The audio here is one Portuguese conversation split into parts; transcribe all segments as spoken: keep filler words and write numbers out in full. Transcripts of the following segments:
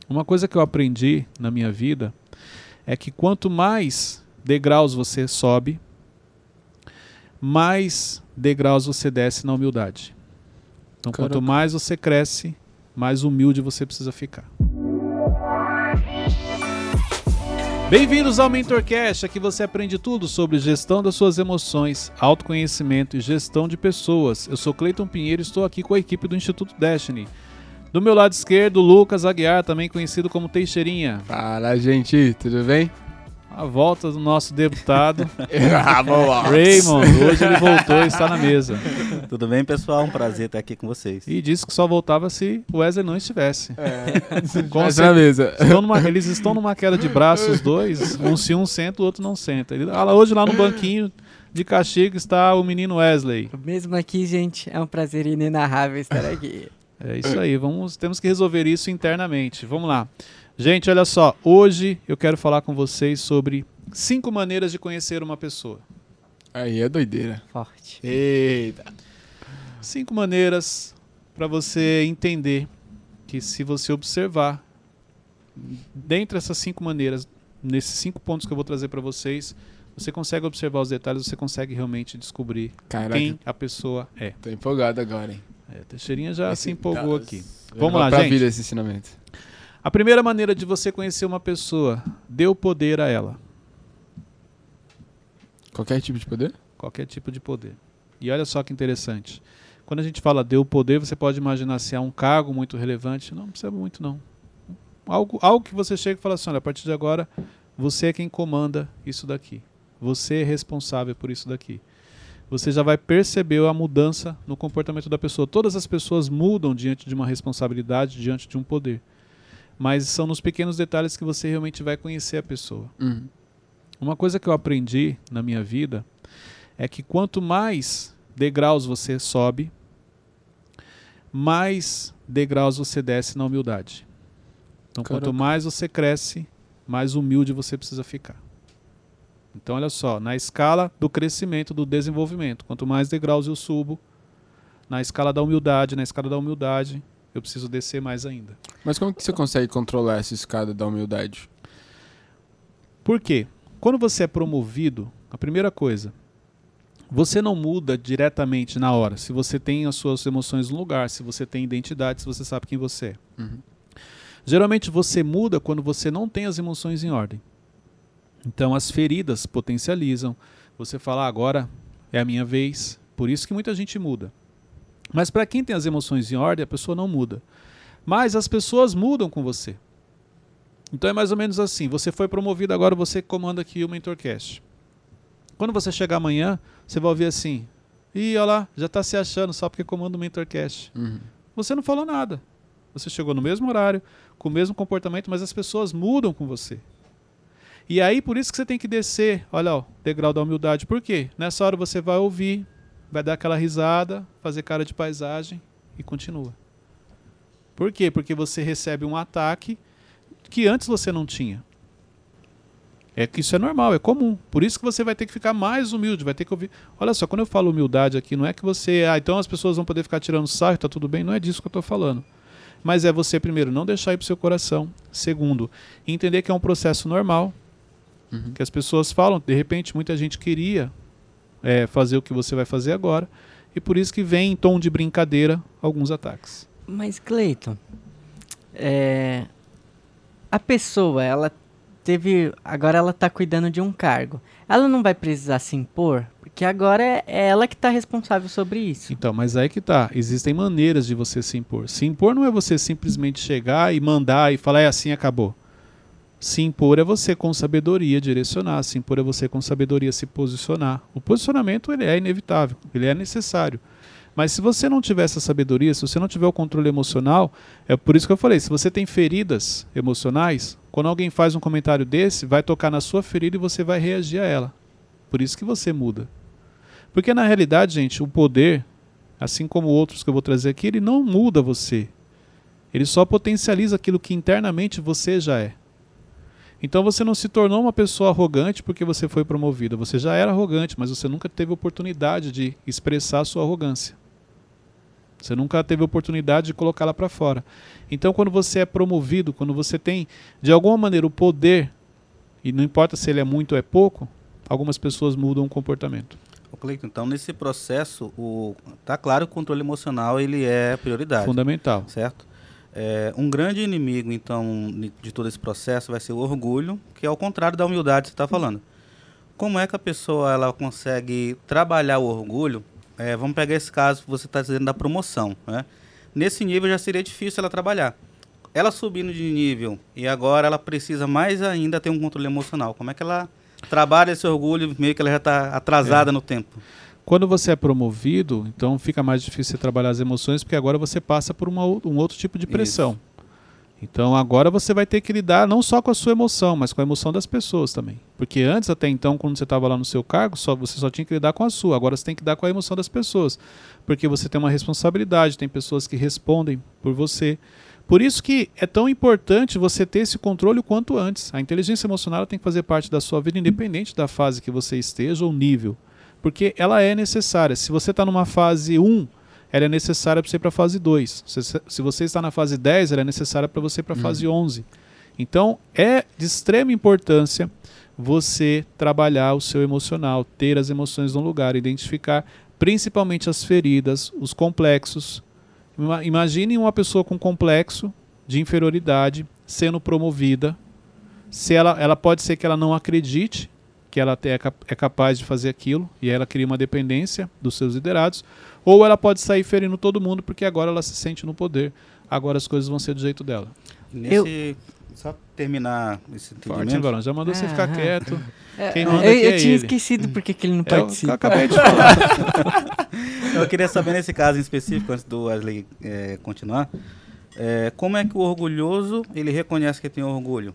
Uma coisa que eu aprendi na minha vida é que quanto mais degraus você sobe, mais degraus você desce na humildade. Então, Caraca. quanto mais você cresce, mais humilde você precisa ficar. Bem-vindos ao MentorCast, aqui você aprende tudo sobre gestão das suas emoções, autoconhecimento e gestão de pessoas. Eu sou Cleiton Pinheiro e estou aqui com a equipe do Instituto Destiny. Do meu lado esquerdo, Lucas Aguiar, também conhecido como Teixeirinha. Fala, gente, tudo bem? A volta do nosso deputado, Ah, boa. Raymond. Hoje ele voltou e está na mesa. Tudo bem, pessoal? Um prazer estar aqui com vocês. E disse que só voltava se o Wesley não estivesse. É, Com essa na mesa. Estão numa, eles estão numa queda de braços, os dois. Um se um senta, o outro não senta. Ele, ah, hoje lá no banquinho de castigo está o menino Wesley. Mesmo aqui, gente, é um prazer inenarrável estar aqui. É isso aí, vamos, temos que resolver isso internamente. Vamos lá. Gente, olha só, hoje eu quero falar com vocês sobre cinco maneiras de conhecer uma pessoa. Aí é doideira. Forte. Eita. Cinco maneiras para você entender que, se você observar, dentre essas cinco maneiras, nesses cinco pontos que eu vou trazer para vocês, você consegue observar os detalhes, você consegue realmente descobrir Caraca. quem a pessoa é. Tô empolgado agora, hein? É, Teixeirinha já Esse se empolgou tá- aqui. Vou Vamos levar lá, pra gente. vida esse ensinamento. A primeira maneira de você conhecer uma pessoa, dê o poder a ela. Qualquer tipo de poder? Qualquer tipo de poder. E olha só que interessante. Quando a gente fala dê o poder, você pode imaginar se é um cargo muito relevante. Não, não precisa muito, não. Algo, algo que você chega e fala assim, olha, a partir de agora, você é quem comanda isso daqui. Você é responsável por isso daqui. Você já vai perceber a mudança no comportamento da pessoa. Todas as pessoas mudam diante de uma responsabilidade, diante de um poder. Mas são nos pequenos detalhes que você realmente vai conhecer a pessoa. Uhum. Uma coisa que eu aprendi na minha vida é que quanto mais degraus você sobe, mais degraus você desce na humildade. Então, Caraca. quanto mais você cresce, mais humilde você precisa ficar. Então, olha só, na escala do crescimento, do desenvolvimento, quanto mais degraus eu subo, na escala da humildade, na escala da humildade, eu preciso descer mais ainda. Mas como que você consegue controlar essa escada da humildade? Por quê? Quando você é promovido, a primeira coisa, você não muda diretamente na hora. Se você tem as suas emoções no lugar, se você tem identidade, se você sabe quem você é. Uhum. Geralmente você muda quando você não tem as emoções em ordem. Então as feridas potencializam. Você fala, ah, agora é a minha vez. Por isso que muita gente muda. Mas para quem tem as emoções em ordem, a pessoa não muda. Mas as pessoas mudam com você. Então é mais ou menos assim. Você foi promovido, agora você comanda aqui o MentorCast. Quando você chegar amanhã, você vai ouvir assim, ih, olha lá, já está se achando só porque comanda o MentorCast. Uhum. Você não falou nada. Você chegou no mesmo horário, com o mesmo comportamento, mas as pessoas mudam com você. E aí, por isso que você tem que descer, olha ó, o degrau da humildade. Por quê? Nessa hora você vai ouvir, vai dar aquela risada, fazer cara de paisagem e continua. Por quê? Porque você recebe um ataque que antes você não tinha. É que isso é normal, é comum. Por isso que você vai ter que ficar mais humilde, vai ter que ouvir. Olha só, quando eu falo humildade aqui, não é que você... Ah, então as pessoas vão poder ficar tirando sarro, tá tudo bem. Não é disso que eu estou falando. Mas é você, primeiro, não deixar ir pro seu coração. Segundo, entender que é um processo normal. Uhum. Que as pessoas falam, de repente, muita gente queria é, fazer o que você vai fazer agora. E por isso que vem em tom de brincadeira alguns ataques. Mas, Cleiton, é... a pessoa, ela teve... Agora ela tá cuidando de um cargo. Ela não vai precisar se impor? Porque agora é ela que tá responsável sobre isso. Então, mas aí que tá. Existem maneiras de você se impor. Se impor não é você simplesmente chegar e mandar e falar, é assim, acabou. Se impor é você com sabedoria direcionar. Se impor é você com sabedoria se posicionar. O posicionamento ele é inevitável, ele é necessário. Mas se você não tiver essa sabedoria, se você não tiver o controle emocional, é por isso que eu falei, se você tem feridas emocionais, quando alguém faz um comentário desse, vai tocar na sua ferida e você vai reagir a ela. Por isso que você muda. Porque na realidade, gente, o poder, assim como outros que eu vou trazer aqui, ele não muda você. Ele só potencializa aquilo que internamente você já é. Então você não se tornou uma pessoa arrogante porque você foi promovida. Você já era arrogante, mas você nunca teve oportunidade de expressar a sua arrogância. Você nunca teve oportunidade de colocá-la para fora. Então, quando você é promovido, quando você tem, de alguma maneira, o poder, e não importa se ele é muito ou é pouco, algumas pessoas mudam o comportamento. Ô, Cleiton, então, nesse processo, o, tá claro que o controle emocional ele é prioridade. Fundamental. Certo? É, um grande inimigo, então, de todo esse processo vai ser o orgulho, que é ao contrário da humildade que você está falando. Como é que a pessoa ela consegue trabalhar o orgulho? É, vamos pegar esse caso que você está dizendo da promoção, né? Nesse nível já seria difícil ela trabalhar. Ela subindo de nível e agora ela precisa mais ainda ter um controle emocional. Como é que ela trabalha esse orgulho, meio que ela já está atrasada é. no tempo? Quando você é promovido, então fica mais difícil você trabalhar as emoções, porque agora você passa por uma, um outro tipo de pressão. Isso. Então agora você vai ter que lidar não só com a sua emoção, mas com a emoção das pessoas também. Porque antes, até então, quando você estava lá no seu cargo, só, você só tinha que lidar com a sua. Agora você tem que lidar com a emoção das pessoas. Porque você tem uma responsabilidade, tem pessoas que respondem por você. Por isso que é tão importante você ter esse controle o quanto antes. A inteligência emocional tem que fazer parte da sua vida, independente da fase que você esteja ou nível. Porque ela é necessária. Se você está numa fase um, ela é necessária para você ir para a fase dois. Se, se você está na fase dez, ela é necessária para você ir para a fase hum. onze. Então, é de extrema importância você trabalhar o seu emocional, ter as emoções no lugar, identificar principalmente as feridas, os complexos. Imagine uma pessoa com complexo de inferioridade sendo promovida. Se ela, ela pode ser que ela não acredite que ela é, é capaz de fazer aquilo, e ela cria uma dependência dos seus liderados, ou ela pode sair ferindo todo mundo porque agora ela se sente no poder. Agora as coisas vão ser do jeito dela. Nesse, eu... Só terminar esse entendimento. Forte, já mandou ah, você ficar ah, quieto. É, Quem manda eu, aqui eu é tinha ele. esquecido porque que ele não participa. Eu acabei de falar. Eu queria saber nesse caso em específico, antes do Wesley é, continuar, é, como é que o orgulhoso ele reconhece que tem orgulho?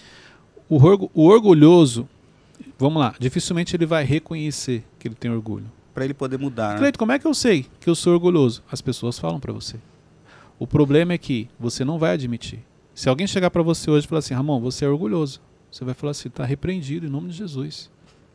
O, orgu o orgulhoso, vamos lá, dificilmente ele vai reconhecer que ele tem orgulho. Para ele poder mudar. Cleiton, né? Como é que eu sei que eu sou orgulhoso? As pessoas falam para você. O problema é que você não vai admitir. Se alguém chegar para você hoje e falar assim, Ramon, você é orgulhoso. Você vai falar assim, está repreendido em nome de Jesus.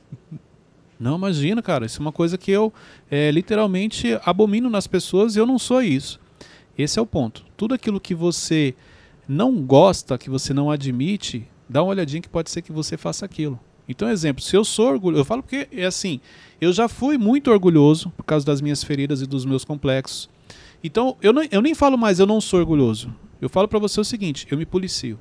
Não, imagina, cara, isso é uma coisa que eu é, literalmente abomino nas pessoas e eu não sou isso. Esse é o ponto. Tudo aquilo que você não gosta, que você não admite, dá uma olhadinha que pode ser que você faça aquilo. Então, exemplo, se eu sou orgulhoso, eu falo porque é assim, eu já fui muito orgulhoso por causa das minhas feridas e dos meus complexos. Então, eu, não, eu nem falo mais, eu não sou orgulhoso. Eu falo para você o seguinte, eu me policio.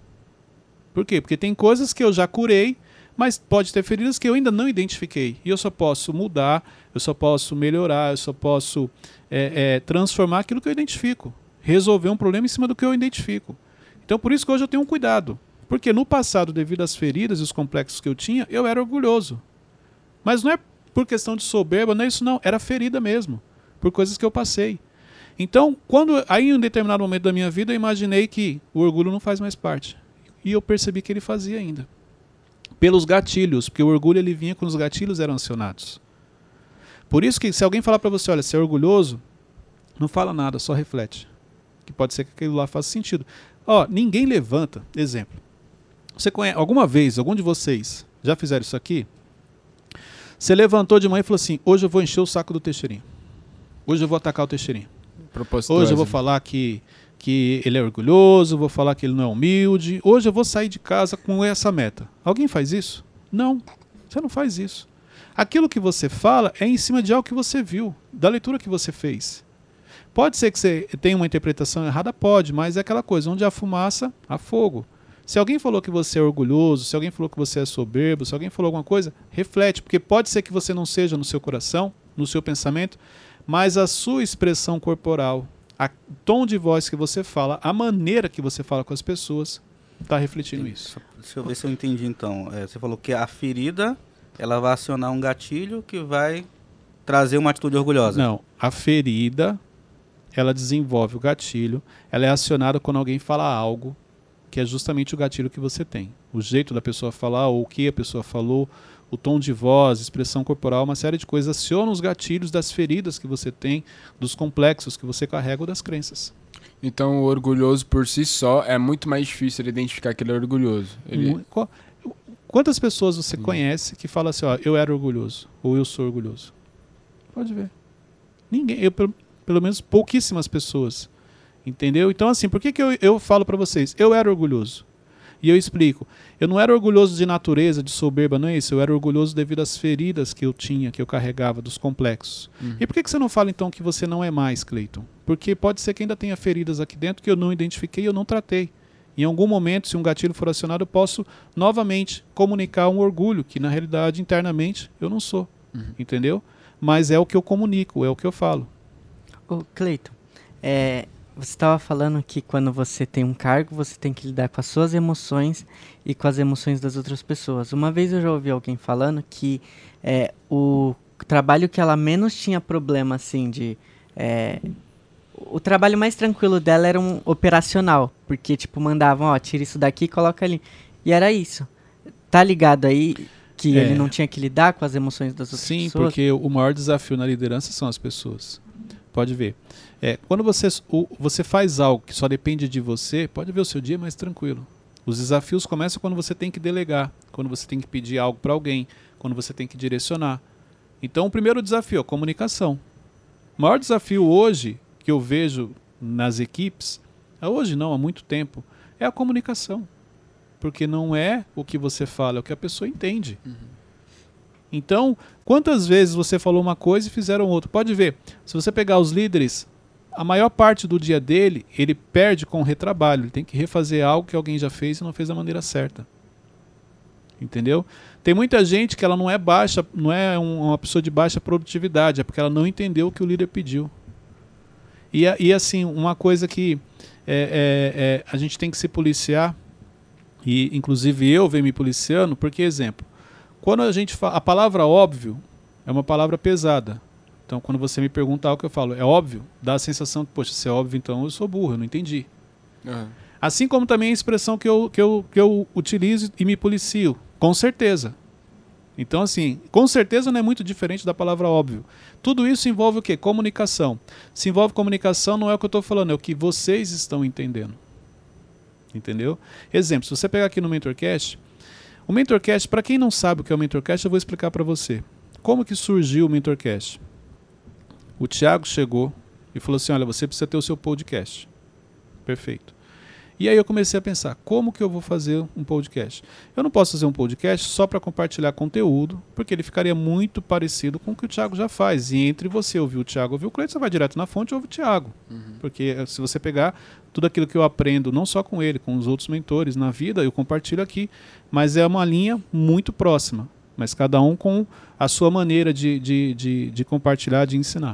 Por quê? Porque tem coisas que eu já curei, mas pode ter feridas que eu ainda não identifiquei. E eu só posso mudar, eu só posso melhorar, eu só posso é, é, transformar aquilo que eu identifico. Resolver um problema em cima do que eu identifico. Então, por isso que hoje eu tenho um cuidado. Porque no passado, devido às feridas e os complexos que eu tinha, eu era orgulhoso. Mas não é por questão de soberba, não é isso não. Era ferida mesmo, por coisas que eu passei. Então, quando, aí em um determinado momento da minha vida, eu imaginei que o orgulho não faz mais parte. E eu percebi que ele fazia ainda. Pelos gatilhos, porque o orgulho ele vinha quando os gatilhos eram acionados. Por isso que se alguém falar para você, olha, você é orgulhoso, não fala nada, só reflete. Que pode ser que aquilo lá faça sentido. Ó, ninguém levanta, exemplo. Você conhece, alguma vez, algum de vocês já fizeram isso aqui? Você levantou de manhã e falou assim, hoje eu vou encher o saco do Teixeirinho. Hoje eu vou atacar o Teixeirinho. Hoje eu vou falar que, que ele é orgulhoso, vou falar que ele não é humilde. Hoje eu vou sair de casa com essa meta. Alguém faz isso? Não, você não faz isso. Aquilo que você fala é em cima de algo que você viu, da leitura que você fez. Pode ser que você tenha uma interpretação errada? Pode, mas é aquela coisa, onde há fumaça, há fogo. Se alguém falou que você é orgulhoso, se alguém falou que você é soberbo, se alguém falou alguma coisa, reflete, porque pode ser que você não seja no seu coração, no seu pensamento, mas a sua expressão corporal, o tom de voz que você fala, a maneira que você fala com as pessoas, está refletindo isso. Deixa eu ver se eu entendi então. É, você falou que a ferida, ela vai acionar um gatilho que vai trazer uma atitude orgulhosa. Não, a ferida, ela desenvolve o gatilho, ela é acionada quando alguém fala algo, que é justamente o gatilho que você tem. O jeito da pessoa falar, ou o que a pessoa falou, o tom de voz, expressão corporal, uma série de coisas acionam os gatilhos das feridas que você tem, dos complexos que você carrega ou das crenças. Então o orgulhoso por si só é muito mais difícil identificar que ele é orgulhoso. Ele... Quantas pessoas você hum. conhece que falam assim, ó, eu era orgulhoso, ou eu sou orgulhoso? Pode ver. Ninguém, eu, pelo, pelo menos pouquíssimas pessoas. Entendeu? Então, assim, por que, que eu, eu falo para vocês? Eu era orgulhoso. E eu explico. Eu não era orgulhoso de natureza, de soberba, não é isso. Eu era orgulhoso devido às feridas que eu tinha, que eu carregava, dos complexos. Uhum. E por que, que você não fala, então, que você não é mais, Cleiton? Porque pode ser que ainda tenha feridas aqui dentro que eu não identifiquei e eu não tratei. Em algum momento, se um gatilho for acionado, eu posso novamente comunicar um orgulho, que na realidade, internamente, eu não sou. Uhum. Entendeu? Mas é o que eu comunico, é o que eu falo. Ô, Cleiton, é... você estava falando que quando você tem um cargo, você tem que lidar com as suas emoções e com as emoções das outras pessoas. Uma vez eu já ouvi alguém falando que é, o trabalho que ela menos tinha problema, assim, de... É, o trabalho mais tranquilo dela era um operacional, porque, tipo, mandavam, ó, tira isso daqui e coloca ali. E era isso. Tá ligado aí que é. ele não tinha que lidar com as emoções das outras Sim, pessoas? Sim, porque o maior desafio na liderança são as pessoas. Pode ver. É, quando você, o, você faz algo que só depende de você, pode ver o seu dia mais tranquilo. Os desafios começam quando você tem que delegar, quando você tem que pedir algo para alguém, quando você tem que direcionar. Então, o primeiro desafio é a comunicação. O maior desafio hoje, que eu vejo nas equipes, hoje não, há muito tempo, é a comunicação. Porque não é o que você fala, é o que a pessoa entende. Uhum. Então, quantas vezes você falou uma coisa e fizeram outra? Pode ver, se você pegar os líderes, a maior parte do dia dele, ele perde com o retrabalho. Ele tem que refazer algo que alguém já fez e não fez da maneira certa. Entendeu? Tem muita gente que ela não é baixa, não é um, uma pessoa de baixa produtividade, é porque ela não entendeu o que o líder pediu. E, e assim, uma coisa que é, é, é, a gente tem que se policiar, e inclusive eu venho me policiando, porque, exemplo, quando a gente fala, a palavra óbvio é uma palavra pesada. Então, quando você me pergunta algo que eu falo, é óbvio? Dá a sensação que, poxa, se é óbvio, então eu sou burro, eu não entendi. Uhum. Assim como também a expressão que eu, que, eu, que eu utilizo e me policio, com certeza. Então, assim, com certeza não é muito diferente da palavra óbvio. Tudo isso envolve o quê? Comunicação. Se envolve comunicação, não é o que eu estou falando, é o que vocês estão entendendo. Entendeu? Exemplo, se você pegar aqui no MentorCast, o MentorCast, para quem não sabe o que é o MentorCast, eu vou explicar para você. Como que surgiu o MentorCast? O Thiago chegou e falou assim, olha, você precisa ter o seu podcast. Perfeito. E aí eu comecei a pensar, como que eu vou fazer um podcast? Eu não posso fazer um podcast só para compartilhar conteúdo, porque ele ficaria muito parecido com o que o Thiago já faz. E entre você ouvir o Thiago e ouvir o Cleiton, você vai direto na fonte e ouve o Thiago. Uhum. Porque se você pegar tudo aquilo que eu aprendo, não só com ele, com os outros mentores na vida, eu compartilho aqui. Mas é uma linha muito próxima. Mas cada um com a sua maneira de, de, de, de compartilhar, de ensinar.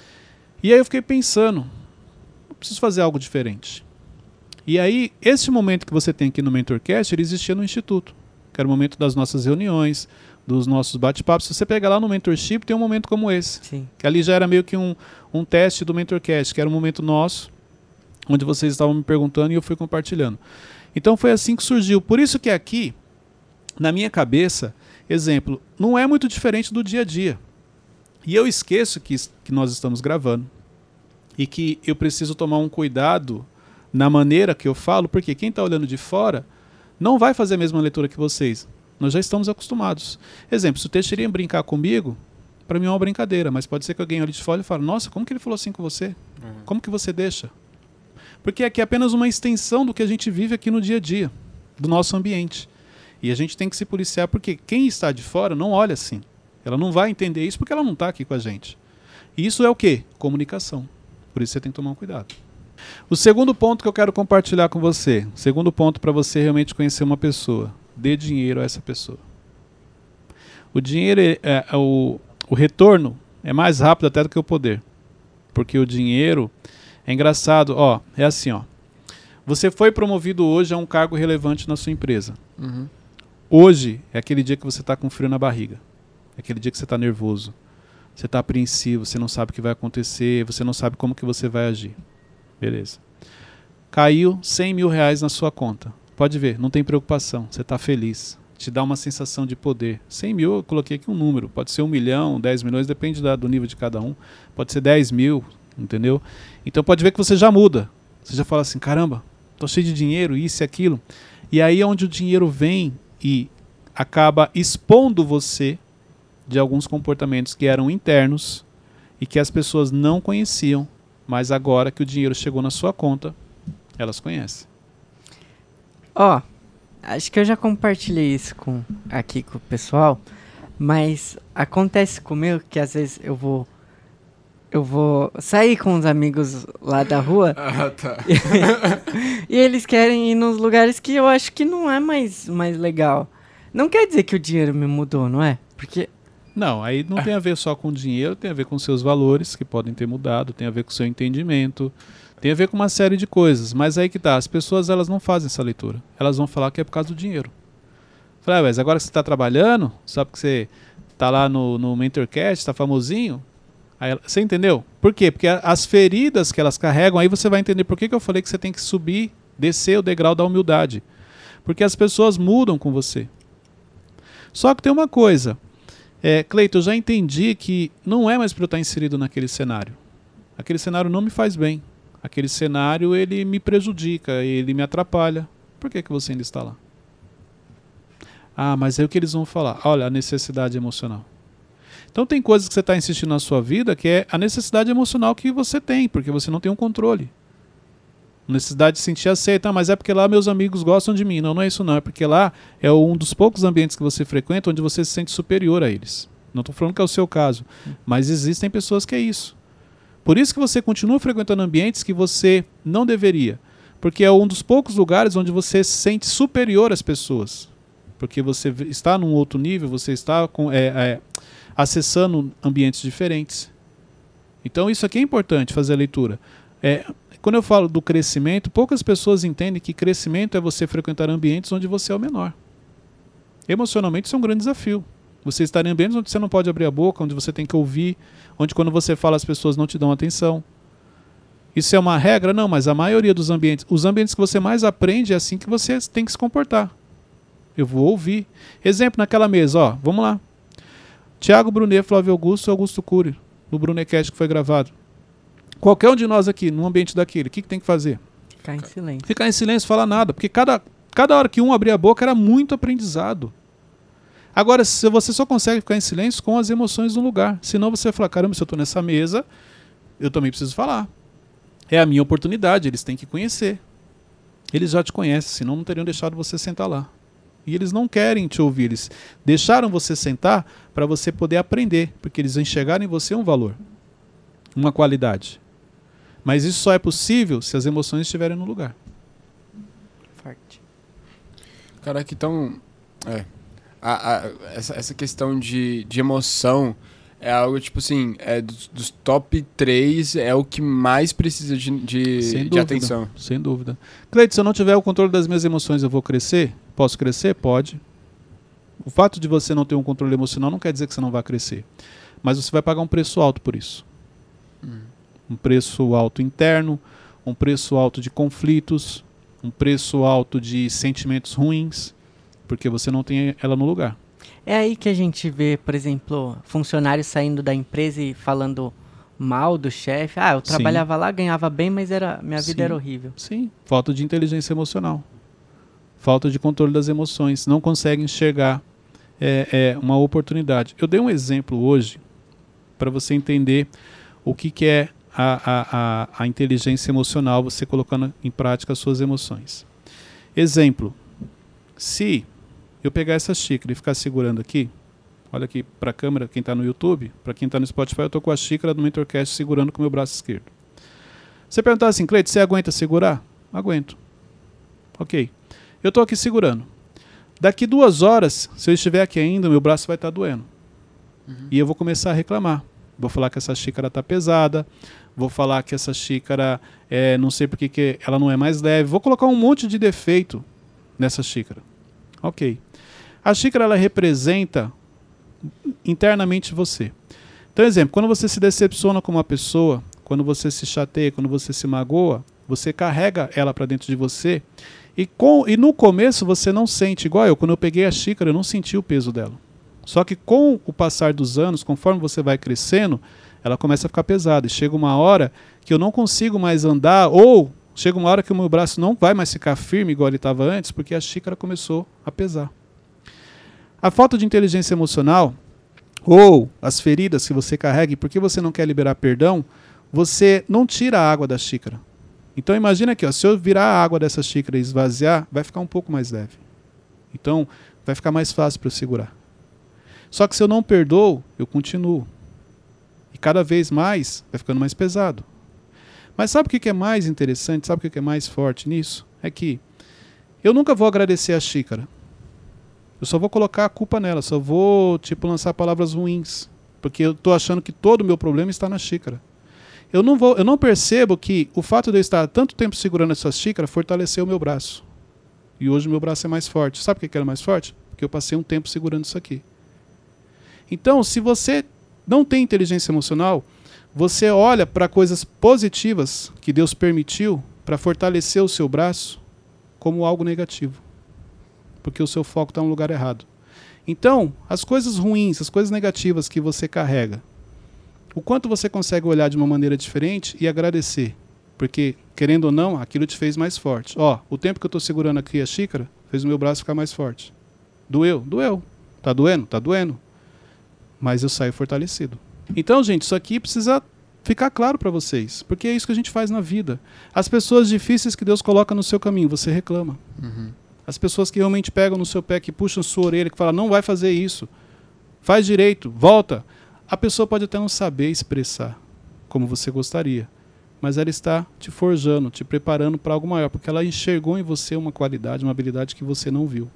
E aí eu fiquei pensando, eu preciso fazer algo diferente. E aí, esse momento que você tem aqui no MentorCast, ele existia no Instituto, que era o momento das nossas reuniões, dos nossos bate-papos. Se você pegar lá no Mentorship, tem um momento como esse. Sim. Que ali já era meio que um, um teste do MentorCast, que era um momento nosso, onde vocês estavam me perguntando e eu fui compartilhando. Então foi assim que surgiu. Por isso que aqui, na minha cabeça, exemplo, não é muito diferente do dia a dia. E eu esqueço que, que nós estamos gravando e que eu preciso tomar um cuidado na maneira que eu falo, porque quem está olhando de fora não vai fazer a mesma leitura que vocês. Nós já estamos acostumados. Exemplo, se o Teixeirinha brincar comigo, para mim é uma brincadeira, mas pode ser que alguém olhe de fora e fale, nossa, como que ele falou assim com você? Uhum. Como que você deixa? Porque aqui é apenas uma extensão do que a gente vive aqui no dia a dia, do nosso ambiente. E a gente tem que se policiar, porque quem está de fora não olha assim. Ela não vai entender isso porque ela não está aqui com a gente. E isso é o quê? Comunicação. Por isso você tem que tomar um cuidado. O segundo ponto que eu quero compartilhar com você, o segundo ponto para você realmente conhecer uma pessoa, dê dinheiro a essa pessoa. O dinheiro, é, é, o, o retorno é mais rápido até do que o poder. Porque o dinheiro, é engraçado, ó, é assim, ó. Você foi promovido hoje a um cargo relevante na sua empresa. Uhum. Hoje é aquele dia que você está com frio na barriga. É aquele dia que você está nervoso. Você está apreensivo, você não sabe o que vai acontecer, você não sabe como que você vai agir. Beleza. Caiu cem mil reais na sua conta. Pode ver, não tem preocupação. Você está feliz. Te dá uma sensação de poder. cem mil, eu coloquei aqui um número. Pode ser um milhão, dez milhões, depende da, do nível de cada um. Pode ser dez mil, entendeu? Então pode ver que você já muda. Você já fala assim, caramba, tô cheio de dinheiro, isso e aquilo. E aí é onde o dinheiro vem e acaba expondo você de alguns comportamentos que eram internos e que as pessoas não conheciam Mas agora que o dinheiro chegou na sua conta, elas conhecem. Ó, acho que eu já compartilhei isso com, aqui com o pessoal, mas acontece comigo que às vezes eu vou eu vou sair com os amigos lá da rua Ah, tá. e eles querem ir nos lugares que eu acho que não é mais, mais legal. Não quer dizer que o dinheiro me mudou, não é? Porque... Não, aí não tem a ver só com dinheiro, tem a ver com seus valores, que podem ter mudado, tem a ver com o seu entendimento, tem a ver com uma série de coisas. Mas aí que tá, as pessoas elas não fazem essa leitura. Elas vão falar que é por causa do dinheiro. Fala, ah, mas agora que você está trabalhando, só porque você está lá no, no Mentorcast, está famosinho, aí ela, você entendeu? Por quê? Porque a, as feridas que elas carregam, aí você vai entender por que, que eu falei que você tem que subir, descer o degrau da humildade. Porque as pessoas mudam com você. Só que tem uma coisa, é, Cleiton, eu já entendi que não é mais para eu estar inserido naquele cenário. Aquele cenário não me faz bem. Aquele cenário, ele me prejudica, ele me atrapalha. Por que, que você ainda está lá? Ah, mas aí o que eles vão falar? Olha, a necessidade emocional. Então tem coisas que você está insistindo na sua vida que é a necessidade emocional que você tem, porque você não tem um controle. Necessidade de sentir aceita, ah, mas é porque lá meus amigos gostam de mim. Não, não é isso não, é porque lá é um dos poucos ambientes que você frequenta onde você se sente superior a eles. Não estou falando que é o seu caso, mas existem pessoas que é isso. Por isso que você continua frequentando ambientes que você não deveria, porque é um dos poucos lugares onde você se sente superior às pessoas, porque você está num outro nível, você está com, é, é, acessando ambientes diferentes. Então isso aqui é importante, fazer a leitura. É, quando eu falo do crescimento, poucas pessoas entendem que crescimento é você frequentar ambientes onde você é o menor. Emocionalmente isso é um grande desafio. Você estar em ambientes onde você não pode abrir a boca, onde você tem que ouvir, onde quando você fala as pessoas não te dão atenção. Isso é uma regra? Não, mas a maioria dos ambientes, os ambientes que você mais aprende é assim que você tem que se comportar. Eu vou ouvir. Exemplo, naquela mesa, ó, vamos lá. Tiago Brunet, Flávio Augusto e Augusto Cury, no Brunecast que foi gravado. Qualquer um de nós aqui, num ambiente daquele, o que, que tem que fazer? Ficar em silêncio. Ficar em silêncio, falar nada, porque cada, cada hora que um abria a boca era muito aprendizado. Agora, se você só consegue ficar em silêncio com as emoções no lugar. Senão você vai falar, caramba, se eu estou nessa mesa, eu também preciso falar. É a minha oportunidade, eles têm que conhecer. Eles já te conhecem, senão não teriam deixado você sentar lá. E eles não querem te ouvir, eles deixaram você sentar para você poder aprender, porque eles enxergaram em você um valor, uma qualidade. Mas isso só é possível se as emoções estiverem no lugar. Forte. Cara, que tão... É... A, a, essa, essa questão de, de emoção é algo, tipo assim, é dos, dos top três é o que mais precisa de, de, Sem de dúvida, atenção. Sem dúvida. Cleiton, se eu não tiver o controle das minhas emoções, eu vou crescer? Posso crescer? Pode. O fato de você não ter um controle emocional não quer dizer que você não vai crescer. Mas você vai pagar um preço alto por isso. Hum. Um preço alto interno, um preço alto de conflitos, um preço alto de sentimentos ruins, porque você não tem ela no lugar. É aí que a gente vê, por exemplo, funcionários saindo da empresa e falando mal do chefe. Ah, eu trabalhava Sim. lá, ganhava bem, mas era, minha vida Sim. era horrível. Sim, falta de inteligência emocional. Falta de controle das emoções. Não consegue enxergar é, é, uma oportunidade. Eu dei um exemplo hoje para você entender o que, que é a, a, a, a inteligência emocional, você colocando em prática as suas emoções. Exemplo. Se eu pegar essa xícara e ficar segurando aqui, olha aqui para a câmera, quem está no YouTube, para quem está no Spotify, eu estou com a xícara do Mentorcast segurando com o meu braço esquerdo. Você perguntar assim, Cleiton, você aguenta segurar? Aguento. Ok. Eu estou aqui segurando. Daqui duas horas, se eu estiver aqui ainda, meu braço vai estar doendo. Uhum. E eu vou começar a reclamar. Vou falar que essa xícara está pesada, vou falar que essa xícara, é, não sei porque que ela não é mais leve, vou colocar um monte de defeito nessa xícara. Ok. A xícara, ela representa internamente você. Então, exemplo, quando você se decepciona com uma pessoa, quando você se chateia, quando você se magoa, você carrega ela para dentro de você e, com, e no começo você não sente, igual eu, quando eu peguei a xícara eu não senti o peso dela. Só que com o passar dos anos, conforme você vai crescendo, ela começa a ficar pesada e chega uma hora que eu não consigo mais andar ou chega uma hora que o meu braço não vai mais ficar firme igual ele estava antes porque a xícara começou a pesar. A falta de inteligência emocional ou as feridas que você carrega e porque você não quer liberar perdão, você não tira a água da xícara. Então imagina aqui, ó, se eu virar a água dessa xícara e esvaziar, vai ficar um pouco mais leve. Então vai ficar mais fácil para eu segurar. Só que se eu não perdoo, eu continuo. E cada vez mais vai ficando mais pesado. Mas sabe o que é mais interessante? Sabe o que é mais forte nisso? É que eu nunca vou agradecer a xícara. Eu só vou colocar a culpa nela, só vou tipo lançar palavras ruins, porque eu estou achando que todo o meu problema está na xícara. Eu não vou, eu não percebo que o fato de eu estar tanto tempo segurando essa xícara fortaleceu o meu braço. E hoje o meu braço é mais forte. Sabe por que ele é mais forte? Porque eu passei um tempo segurando isso aqui. Então, se você não tem inteligência emocional, você olha para coisas positivas que Deus permitiu para fortalecer o seu braço como algo negativo. Porque o seu foco está no lugar errado. Então, as coisas ruins, as coisas negativas que você carrega, o quanto você consegue olhar de uma maneira diferente e agradecer. Porque, querendo ou não, aquilo te fez mais forte. Ó, o tempo que eu estou segurando aqui a xícara fez o meu braço ficar mais forte. Doeu? Doeu. Tá doendo? Tá doendo. Mas eu saio fortalecido. Então, gente, isso aqui precisa ficar claro para vocês. Porque é isso que a gente faz na vida. As pessoas difíceis que Deus coloca no seu caminho, você reclama. Uhum. As pessoas que realmente pegam no seu pé, que puxam sua orelha, que falam, não vai fazer isso. Faz direito, volta. A pessoa pode até não saber expressar como você gostaria. Mas ela está te forjando, te preparando para algo maior. Porque ela enxergou em você uma qualidade, uma habilidade que você não viu.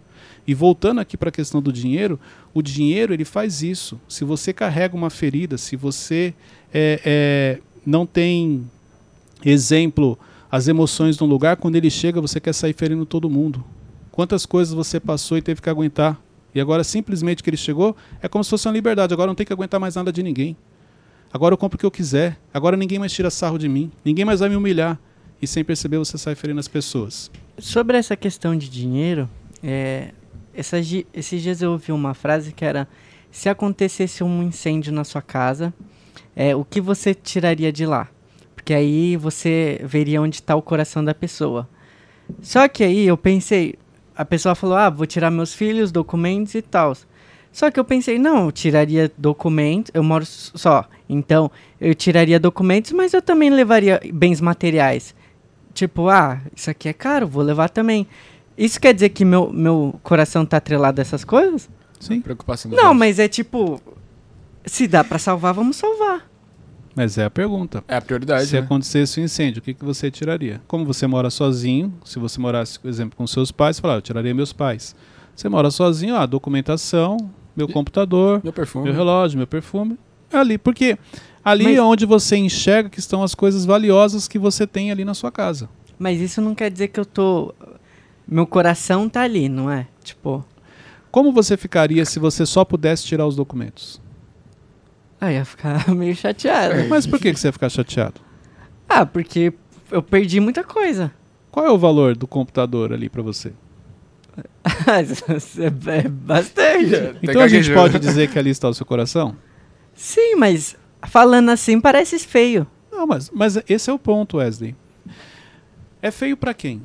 E voltando aqui para a questão do dinheiro, o dinheiro ele faz isso. Se você carrega uma ferida, se você é, é, não tem, exemplo, as emoções num lugar, quando ele chega você quer sair ferindo todo mundo. Quantas coisas você passou e teve que aguentar. E agora simplesmente que ele chegou, é como se fosse uma liberdade. Agora não tem que aguentar mais nada de ninguém. Agora eu compro o que eu quiser. Agora ninguém mais tira sarro de mim. Ninguém mais vai me humilhar. E sem perceber você sai ferindo as pessoas. Sobre essa questão de dinheiro, é... Essas, esses dias eu ouvi uma frase que era: se acontecesse um incêndio na sua casa, é, o que você tiraria de lá? Porque aí você veria onde está o coração da pessoa. Só que aí eu pensei, a pessoa falou, ah, vou tirar meus filhos, documentos e tal. Só que eu pensei, não, eu tiraria documentos, eu moro só, então eu tiraria documentos, mas eu também levaria bens materiais. Tipo, ah, isso aqui é caro, vou levar também. Isso quer dizer que meu, meu coração tá atrelado a essas coisas? Sim. Preocupação Não, mas é tipo, se dá pra salvar, vamos salvar. Mas é a pergunta. É a prioridade, Se né? acontecesse um incêndio, o que, que você tiraria? Como você mora sozinho, se você morasse, por exemplo, com seus pais, você fala, ah, eu tiraria meus pais. Você mora sozinho, ah, documentação, meu E- computador, Meu perfume. meu relógio, meu perfume. É ali, porque ali Mas- é onde você enxerga que estão as coisas valiosas que você tem ali na sua casa. Mas isso não quer dizer que eu tô... Meu coração tá ali, não é? Tipo... Como você ficaria se você só pudesse tirar os documentos? Ah, ia ficar meio chateado. Mas por que, que você ia ficar chateado? Ah, porque eu perdi muita coisa. Qual é o valor do computador ali pra você? É bastante. Então a gente pode dizer que ali está o seu coração? Sim, mas falando assim parece feio. Não, mas, mas esse é o ponto, Wesley. É feio pra quem?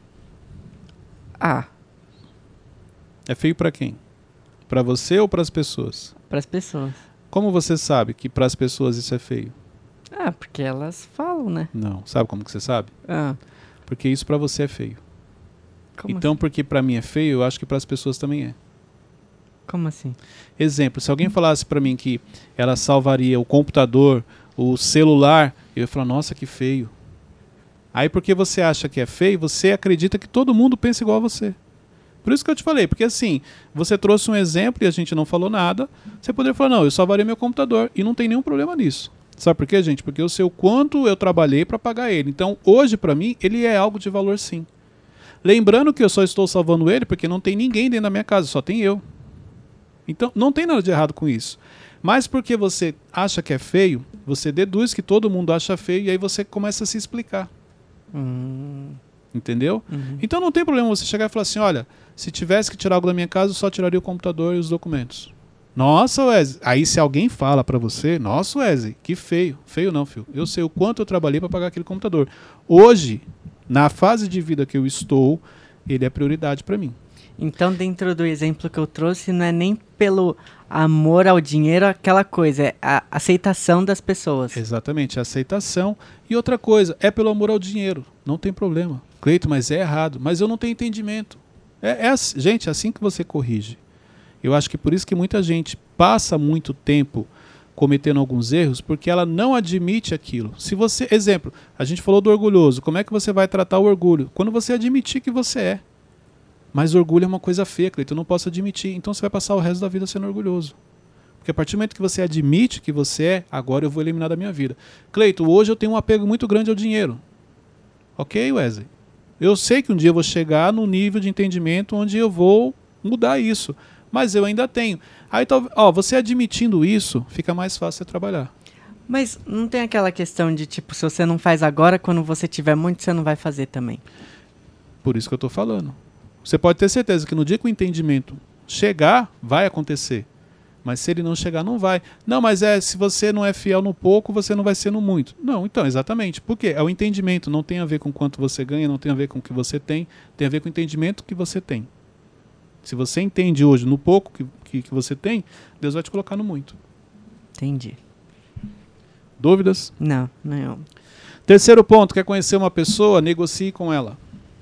Ah, É feio pra quem? Pra você ou pras pessoas? pras pessoas. Como você sabe que pras pessoas isso é feio? Ah, porque elas falam, né? Não. Sabe como que você sabe? Ah, Porque isso pra você é feio. como Então, assim? porque pra mim é feio, eu acho que pras pessoas também é. Como assim? Exemplo, se alguém falasse pra mim que ela salvaria o computador, o celular, eu ia falar, nossa, que feio. Aí porque você acha que é feio, você acredita que todo mundo pensa igual a você. Por isso que eu te falei, porque assim, você trouxe um exemplo e a gente não falou nada, você poderia falar, não, eu salvaria meu computador, e não tem nenhum problema nisso. Sabe por quê, gente? Porque eu sei o quanto eu trabalhei para pagar ele. Então, hoje, para mim, ele é algo de valor sim. Lembrando que eu só estou salvando ele porque não tem ninguém dentro da minha casa, só tem eu. Então, não tem nada de errado com isso. Mas porque você acha que é feio, você deduz que todo mundo acha feio e aí você começa a se explicar. Hum, Entendeu? uhum. Então não tem problema você chegar e falar assim, olha, se tivesse que tirar algo da minha casa, eu só tiraria o computador e os documentos. Nossa, Wesley. Aí se alguém fala pra você, nossa, Wesley, que feio. Feio não, filho. Eu sei o quanto eu trabalhei pra pagar aquele computador. Hoje, na fase de vida que eu estou, ele é prioridade pra mim. Então, dentro do exemplo que eu trouxe, não é nem pelo amor ao dinheiro aquela coisa, é a aceitação das pessoas. Exatamente, a aceitação. E outra coisa, é pelo amor ao dinheiro, não tem problema. Cleito, mas é errado, mas eu não tenho entendimento. É, é assim, gente, é assim que você corrige. Eu acho que por isso que muita gente passa muito tempo cometendo alguns erros, porque ela não admite aquilo. Se você, exemplo, a gente falou do orgulhoso, como é que você vai tratar o orgulho? Quando você admitir que você é. Mas orgulho é uma coisa feia, Cleito, eu não posso admitir. Então você vai passar o resto da vida sendo orgulhoso. Porque a partir do momento que você admite que você é, agora eu vou eliminar da minha vida. Cleito, hoje eu tenho um apego muito grande ao dinheiro. Ok, Wesley? Eu sei que um dia eu vou chegar no nível de entendimento onde eu vou mudar isso. Mas eu ainda tenho. Aí, ó, você admitindo isso, fica mais fácil você trabalhar. Mas não tem aquela questão de, tipo, se você não faz agora, quando você tiver muito, você não vai fazer também. Por isso que eu estou falando. Você pode ter certeza que no dia que o entendimento chegar, vai acontecer. Mas se ele não chegar, não vai. Não, mas é, se você não é fiel no pouco, você não vai ser no muito. Não, então, exatamente. Por quê? É o entendimento. Não tem a ver com quanto você ganha, não tem a ver com o que você tem. Tem a ver com o entendimento que você tem. Se você entende hoje no pouco que, que, que você tem, Deus vai te colocar no muito. Entendi. Dúvidas? Não, não. Terceiro ponto, quer conhecer uma pessoa? Negocie com ela.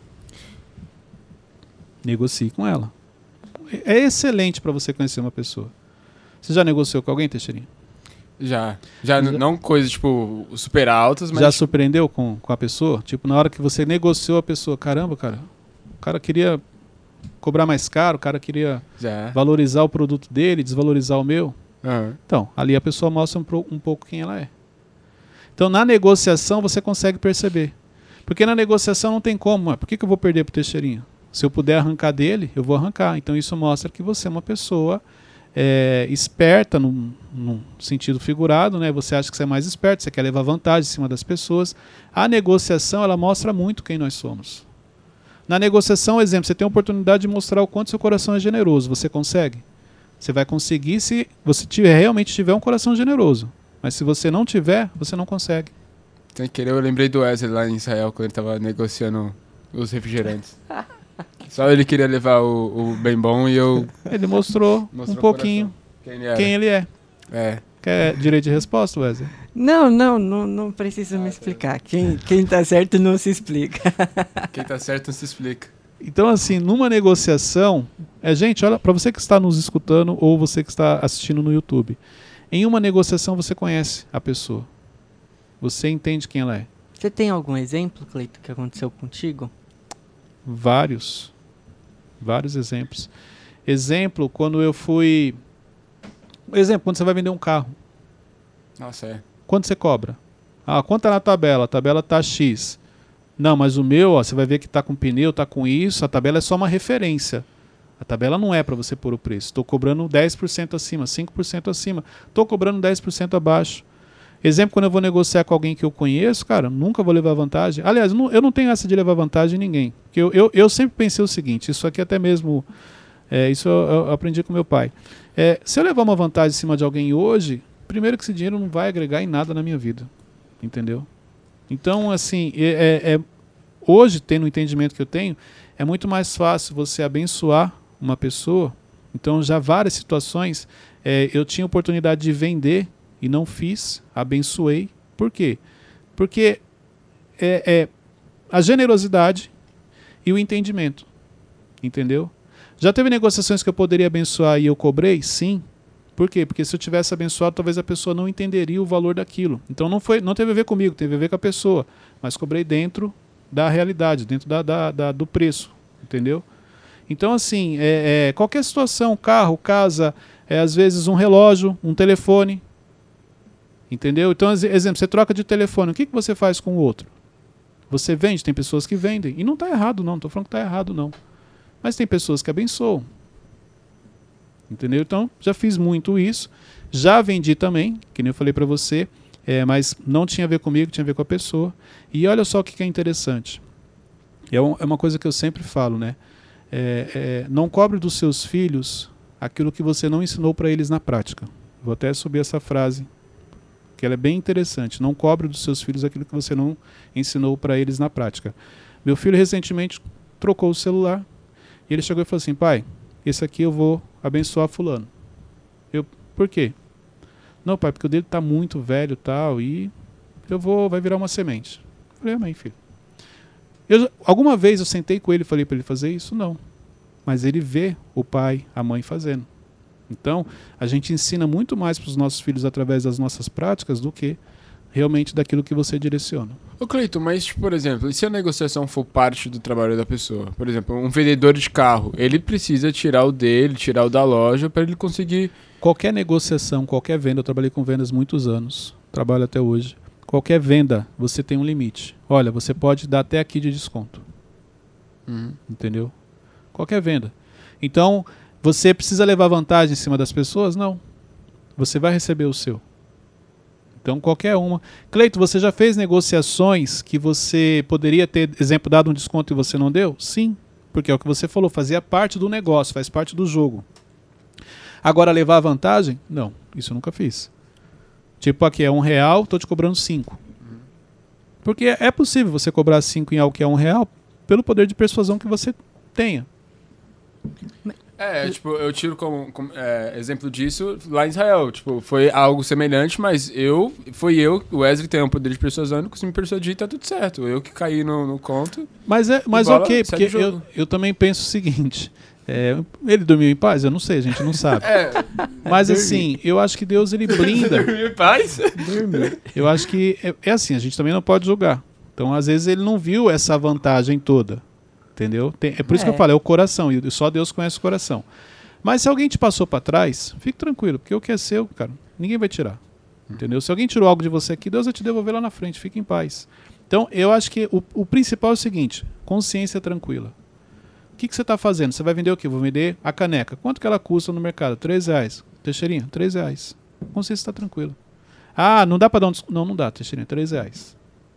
Negocie com ela. É excelente para você conhecer uma pessoa. Você já negociou com alguém, Teixeirinha? Já. Já, Já. Não coisas, tipo, super altas, mas... Já surpreendeu com, com a pessoa? Tipo, na hora que você negociou a pessoa, caramba, cara, o cara queria cobrar mais caro, o cara queria Já. valorizar o produto dele, desvalorizar o meu. Uhum. Então, ali a pessoa mostra um, pro, um pouco quem ela é. Então, na negociação, você consegue perceber. Porque na negociação não tem como. Por que, que eu vou perder pro Teixeirinha? Se eu puder arrancar dele, eu vou arrancar. Então, isso mostra que você é uma pessoa é, esperta, num, num sentido figurado, né? Você acha que você é mais esperto, você quer levar vantagem em cima das pessoas. A negociação, ela mostra muito quem nós somos. Na negociação, exemplo, você tem a oportunidade de mostrar o quanto seu coração é generoso. Você consegue? Você vai conseguir se você tiver, realmente tiver um coração generoso. Mas se você não tiver, você não consegue. Sem querer, eu lembrei do Wesley lá em Israel, quando ele tava negociando os refrigerantes. Só ele queria levar o, o bem bom e eu... Ele mostrou, Mostrou um pouquinho quem ele, era. quem ele é. É. Quer direito de resposta, Wesley? Não, não, não, não precisa me explicar. Quem, quem tá certo não se explica. Quem tá certo não se explica. Então, assim, numa negociação... É, gente, olha, para você que está nos escutando ou você que está assistindo no YouTube, em uma negociação você conhece a pessoa. Você entende quem ela é. Você tem algum exemplo, Cleito, que aconteceu contigo? Vários. Vários exemplos. Exemplo, quando eu fui... Exemplo, quando você vai vender um carro. Nossa, é. Quanto você cobra? Ah, quanto tá na tabela? A tabela tá X. Não, mas o meu, ó, você vai ver que tá com pneu, tá com isso. A tabela é só uma referência. A tabela não é para você pôr o preço. Estou cobrando dez por cento acima, cinco por cento acima. Estou cobrando dez por cento abaixo. Exemplo, quando eu vou negociar com alguém que eu conheço, cara, nunca vou levar vantagem. Aliás, não, eu não tenho essa de levar vantagem em ninguém. Porque eu, eu, eu sempre pensei o seguinte, isso aqui até mesmo, é, isso eu, eu aprendi com meu pai. É, se eu levar uma vantagem em cima de alguém hoje, primeiro que esse dinheiro não vai agregar em nada na minha vida. Entendeu? Então, assim, é, é, é, hoje, tendo o entendimento que eu tenho, é muito mais fácil você abençoar uma pessoa. Então, já várias situações, é, eu tinha oportunidade de vender e não fiz, abençoei. Por quê? Porque é, é a generosidade e o entendimento. Entendeu? Já teve negociações que eu poderia abençoar e eu cobrei? Sim. Por quê? Porque se eu tivesse abençoado, talvez a pessoa não entenderia o valor daquilo. Então não, foi, não teve a ver comigo, teve a ver com a pessoa. Mas cobrei dentro da realidade, dentro da, da, da, do preço. Entendeu? Então, assim, é, é, qualquer situação, carro, casa, é, às vezes um relógio, um telefone. Entendeu? Então, exemplo, você troca de telefone, o que, que você faz com o outro? Você vende, tem pessoas que vendem. E não está errado, não. Não estou falando que está errado, não. Mas tem pessoas que abençoam. Entendeu? Então, já fiz muito isso. Já vendi também, que nem eu falei para você, é, mas não tinha a ver comigo, tinha a ver com a pessoa. E olha só o que, que é interessante. É, um, é uma coisa que eu sempre falo, né? É, é, não cobre dos seus filhos aquilo que você não ensinou para eles na prática. Vou até subir essa frase, que ela é bem interessante. Não cobre dos seus filhos aquilo que você não ensinou para eles na prática. Meu filho recentemente trocou o celular E ele chegou e falou assim, pai, esse aqui eu vou abençoar fulano. Eu, por quê? Não, pai, porque o dele está muito velho e tal, e eu vou, vai virar uma semente. Eu falei, amém, filho. Eu, alguma vez eu sentei com ele e falei para ele fazer isso? Não. Mas ele vê o pai, a mãe fazendo. Então, a gente ensina muito mais para os nossos filhos através das nossas práticas do que realmente daquilo que você direciona. Ô Cleiton, mas tipo, por exemplo, e se a negociação for parte do trabalho da pessoa? Por exemplo, um vendedor de carro, ele precisa tirar o dele, tirar o da loja para ele conseguir... Qualquer negociação, qualquer venda, eu trabalhei com vendas muitos anos, trabalho até hoje. Qualquer venda, você tem um limite. Olha, você pode dar até aqui de desconto. Uhum. Entendeu? Qualquer venda. Então, você precisa levar vantagem em cima das pessoas? Não. Você vai receber o seu. Então, qualquer uma. Cleito, você já fez negociações que você poderia ter, exemplo, dado um desconto e você não deu? Sim, porque é o que você falou, fazia parte do negócio, faz parte do jogo. Agora, levar vantagem? Não, isso eu nunca fiz. Tipo, aqui é um real, estou te cobrando cinco. Porque é possível você cobrar cinco em algo que é um real pelo poder de persuasão que você tenha. É, tipo, eu tiro como, como é, exemplo disso lá em Israel. Tipo, foi algo semelhante, mas eu, foi eu, o Wesley tem um poder de persuasão, não consegui me persuadir e tá tudo certo. Eu que caí no, no conto. Mas, é, mas bola, ok, porque eu, eu também penso o seguinte, é, ele dormiu em paz? Eu não sei, a gente não sabe. É, mas assim, eu acho que Deus ele blinda. dormiu em paz? Dormiu. Eu acho que é, é assim, a gente também não pode julgar. Então, às vezes, ele não viu essa vantagem toda. Entendeu? Tem, é por isso É. que eu falo, é o coração, e só Deus conhece o coração. Mas se alguém te passou para trás, fique tranquilo, porque o que é seu, cara, ninguém vai tirar. Entendeu? Se alguém tirou algo de você aqui, Deus vai te devolver lá na frente, fique em paz. Então, eu acho que o, o principal é o seguinte, consciência tranquila. O que, que você está fazendo? Você vai vender o quê? Vou vender a caneca. Quanto que ela custa no mercado? Três reais. Teixeirinha, três reais. Consciência está tranquila. Ah, não dá para dar um desconto? Não, não dá, Teixeirinha, três reais.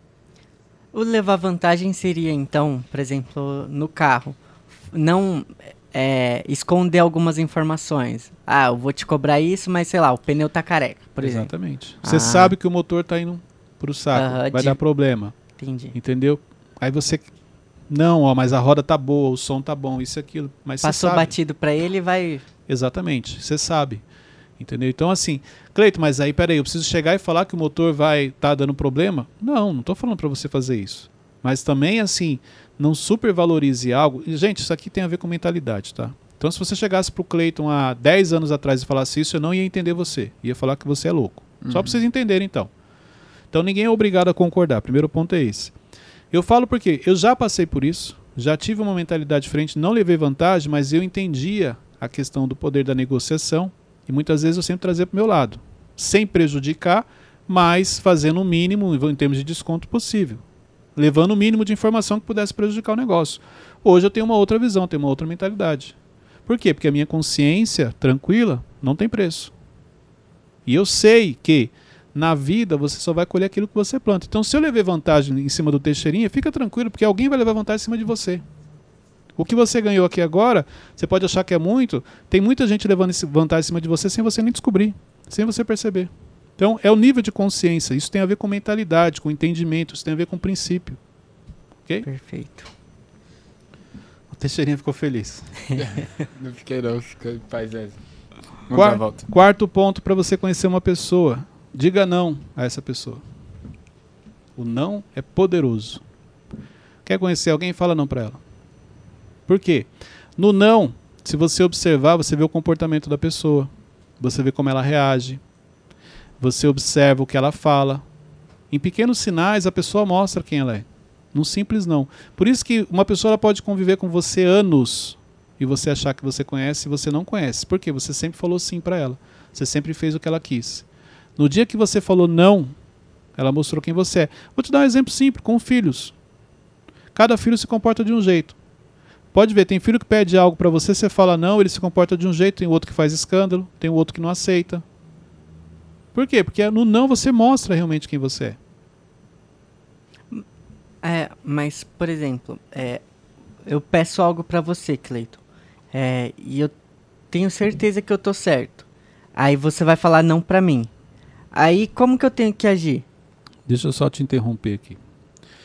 O levar vantagem seria, então, por exemplo, no carro, não é, esconder algumas informações. Ah, eu vou te cobrar isso, mas sei lá, o pneu tá careca, por exemplo. Exatamente. Você Ah. sabe que o motor tá indo pro saco, Aham, vai de- dar problema, Entendi. entendeu? Aí você, não, ó, mas a roda tá boa, o som tá bom, isso e aquilo. Mas você Passou sabe. batido pra ele e vai... Exatamente, você sabe. Entendeu? Então assim, Cleito, mas aí peraí, eu preciso chegar e falar que o motor vai tá dando problema? Não, não tô falando para você fazer isso. Mas também assim, não supervalorize algo. E, gente, isso aqui tem a ver com mentalidade, tá? Então se você chegasse pro Cleiton há dez anos atrás e falasse isso, eu não ia entender você. Ia falar que você é louco. Uhum. Só para vocês entenderem então. Então ninguém é obrigado a concordar. Primeiro ponto é esse. Eu falo porque eu já passei por isso, já tive uma mentalidade diferente, não levei vantagem, mas eu entendia a questão do poder da negociação. E muitas vezes eu sempre trazia para o meu lado, sem prejudicar, mas fazendo o mínimo em termos de desconto possível, levando o mínimo de informação que pudesse prejudicar o negócio. Hoje eu tenho uma outra visão, tenho uma outra mentalidade. Por quê? Porque a minha consciência tranquila não tem preço. E eu sei que na vida você só vai colher aquilo que você planta. Então se eu levei vantagem em cima do Teixeirinha, fica tranquilo, porque alguém vai levar vantagem em cima de você. O que você ganhou aqui agora, você pode achar que é muito, tem muita gente levando esse vantagem em cima de você sem você nem descobrir, sem você perceber. Então, é o nível de consciência, isso tem a ver com mentalidade, com entendimento, isso tem a ver com princípio. Ok? Perfeito. O Teixeirinha ficou feliz. Não fiquei não, fiquei em paz, Wesley. Vamos Quar- dar a volta. Quarto ponto para você conhecer uma pessoa, diga não a essa pessoa. O não é poderoso. Quer conhecer alguém? Fala não para ela. Por quê? No não, se você observar, você vê o comportamento da pessoa, você vê como ela reage, você observa o que ela fala. Em pequenos sinais, a pessoa mostra quem ela é. Num simples não. Por isso que uma pessoa ela pode conviver com você anos e você achar que você conhece e você não conhece. Por quê? Você sempre falou sim para ela. Você sempre fez o que ela quis. No dia que você falou não, ela mostrou quem você é. Vou te dar um exemplo simples, com filhos. Cada filho se comporta de um jeito. Pode ver, tem filho que pede algo para você, você fala não, ele se comporta de um jeito, tem outro que faz escândalo, tem outro que não aceita. Por quê? Porque no não você mostra realmente quem você é. É, mas, por exemplo, é, eu peço algo pra você, Cleiton, é, e eu tenho certeza que eu tô certo. Aí você vai falar não pra mim. Aí como que eu tenho que agir? Deixa eu só te interromper aqui.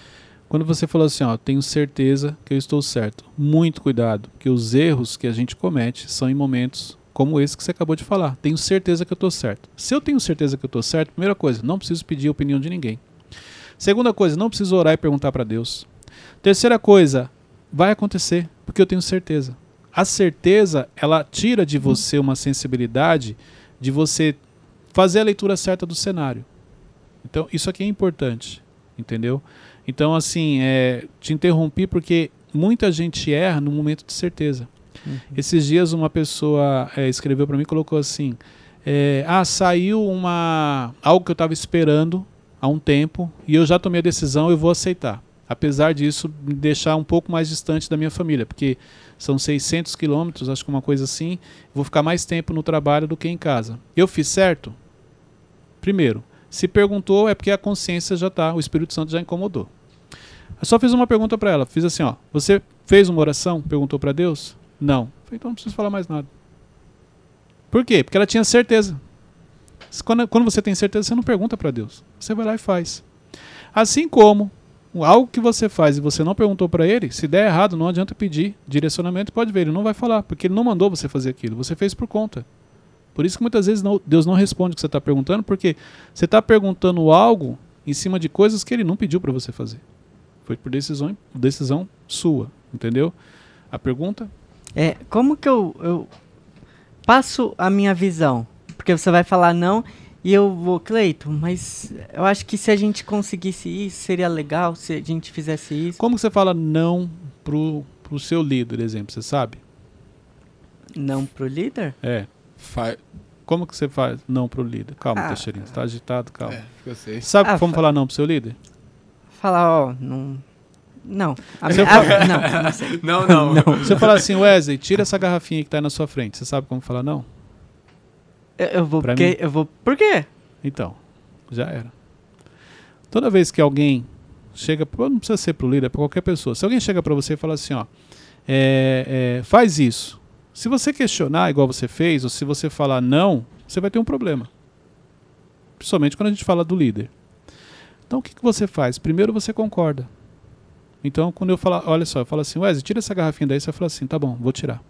Quando você falou assim, ó, tenho certeza que eu estou certo. Muito cuidado, porque os erros que a gente comete são em momentos como esse que você acabou de falar. Tenho certeza que eu estou certo. Se eu tenho certeza que eu estou certo, primeira coisa, não preciso pedir a opinião de ninguém. Segunda coisa, não preciso orar e perguntar para Deus. Terceira coisa, vai acontecer, porque eu tenho certeza. A certeza, ela tira de você uma sensibilidade de você fazer a leitura certa do cenário. Então, isso aqui é importante, entendeu? Então, assim, é, te interrompi porque muita gente erra no momento de certeza. Uhum. Esses dias uma pessoa é, escreveu para mim e colocou assim, é, ah, saiu uma, algo que eu estava esperando há um tempo e eu já tomei a decisão, eu vou aceitar. Apesar disso, me deixar um pouco mais distante da minha família, porque são seiscentos quilômetros, acho que uma coisa assim, vou ficar mais tempo no trabalho do que em casa. Eu fiz certo? Primeiro, se perguntou é porque a consciência já está, o Espírito Santo já incomodou. Eu só fiz uma pergunta para ela, fiz assim, ó, você fez uma oração? Perguntou para Deus? Não. Falei, então não preciso falar mais nada. Por quê? Porque ela tinha certeza. Quando, quando você tem certeza, você não pergunta para Deus. Você vai lá e faz. Assim como algo que você faz e você não perguntou para ele, se der errado, não adianta pedir direcionamento, pode ver, ele não vai falar, porque ele não mandou você fazer aquilo, você fez por conta. Por isso que muitas vezes não, Deus não responde o que você está perguntando, porque você está perguntando algo em cima de coisas que ele não pediu para você fazer. Foi por decisão, decisão sua, entendeu? A pergunta? É, como que eu, eu passo a minha visão? Porque você vai falar não e eu vou, Cleiton, mas eu acho que se a gente conseguisse isso, seria legal se a gente fizesse isso. Como que você fala não pro, pro seu líder, exemplo, você sabe? Não pro líder? É. Fa... Como que você faz não pro líder? Calma, Ah. Teixeirinho, você tá agitado, calma. É, eu sei. Sabe Ah, como fa- falar não pro seu líder? Falar, ó, não... Não. A Você minha- fala- a- não, não sei. Não, não. Você fala assim, Wesley, tira essa garrafinha que tá aí na sua frente. Você sabe como falar não? Eu, eu vou Pra porque... mim? Eu vou... Por quê? Então, já era. Toda vez que alguém chega, não precisa ser pro líder, é pra qualquer pessoa. Se alguém chega pra você e fala assim, ó, é, é, faz isso. Se você questionar igual você fez, ou se você falar não, você vai ter um problema. Principalmente quando a gente fala do líder. Então o que, que você faz? Primeiro você concorda. Então quando eu falar, olha só, eu falo assim, Wesley, tira essa garrafinha daí, você vai falar assim, tá bom, vou tirar.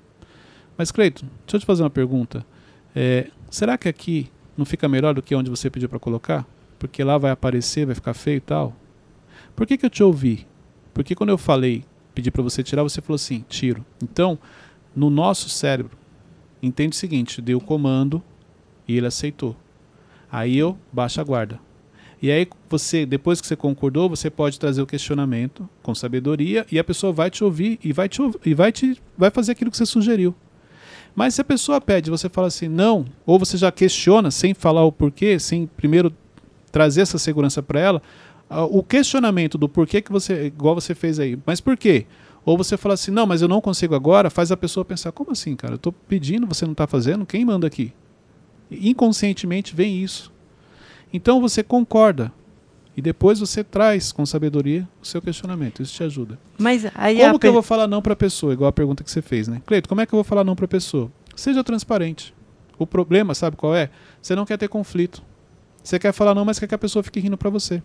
Mas Cleiton, deixa eu te fazer uma pergunta. É, será que aqui não fica melhor do que onde você pediu para colocar? Porque lá vai aparecer, vai ficar feio e tal. Por que, que eu te ouvi? Porque quando eu falei, pedi para você tirar, você falou assim, tiro. Então, no nosso cérebro, entende o seguinte, deu o comando e ele aceitou. Aí eu baixo a guarda. E aí você, depois que você concordou, você pode trazer o questionamento com sabedoria e a pessoa vai te ouvir e vai te e vai te vai fazer aquilo que você sugeriu. Mas se a pessoa pede, você fala assim, não, ou você já questiona sem falar o porquê, sem primeiro trazer essa segurança para ela, o questionamento do porquê que você, igual você fez aí, mas por quê? Ou você fala assim, não, mas eu não consigo agora, faz a pessoa pensar, como assim, cara? Eu estou pedindo, você não está fazendo, quem manda aqui? Inconscientemente vem isso. Então você concorda e depois você traz com sabedoria o seu questionamento, isso te ajuda. Mas aí Como a que eu pe- vou falar não para a pessoa, igual a pergunta que você fez, né? Cleiton, como é que eu vou falar não para a pessoa? Seja transparente. O problema, sabe qual é? Você não quer ter conflito. Você quer falar não, mas quer que a pessoa fique rindo para você.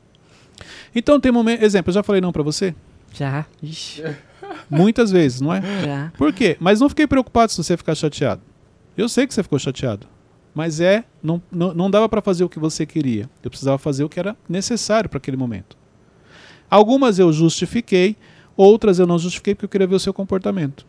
Então tem momento, exemplo, eu já falei não para você? Já. Ixi, Muitas vezes, não é? já. Por quê? Mas não fiquei preocupado se você ficar chateado. Eu sei que você ficou chateado. Mas é, não, não, não dava para fazer o que você queria. Eu precisava fazer o que era necessário para aquele momento. Algumas eu justifiquei, outras eu não justifiquei porque eu queria ver o seu comportamento.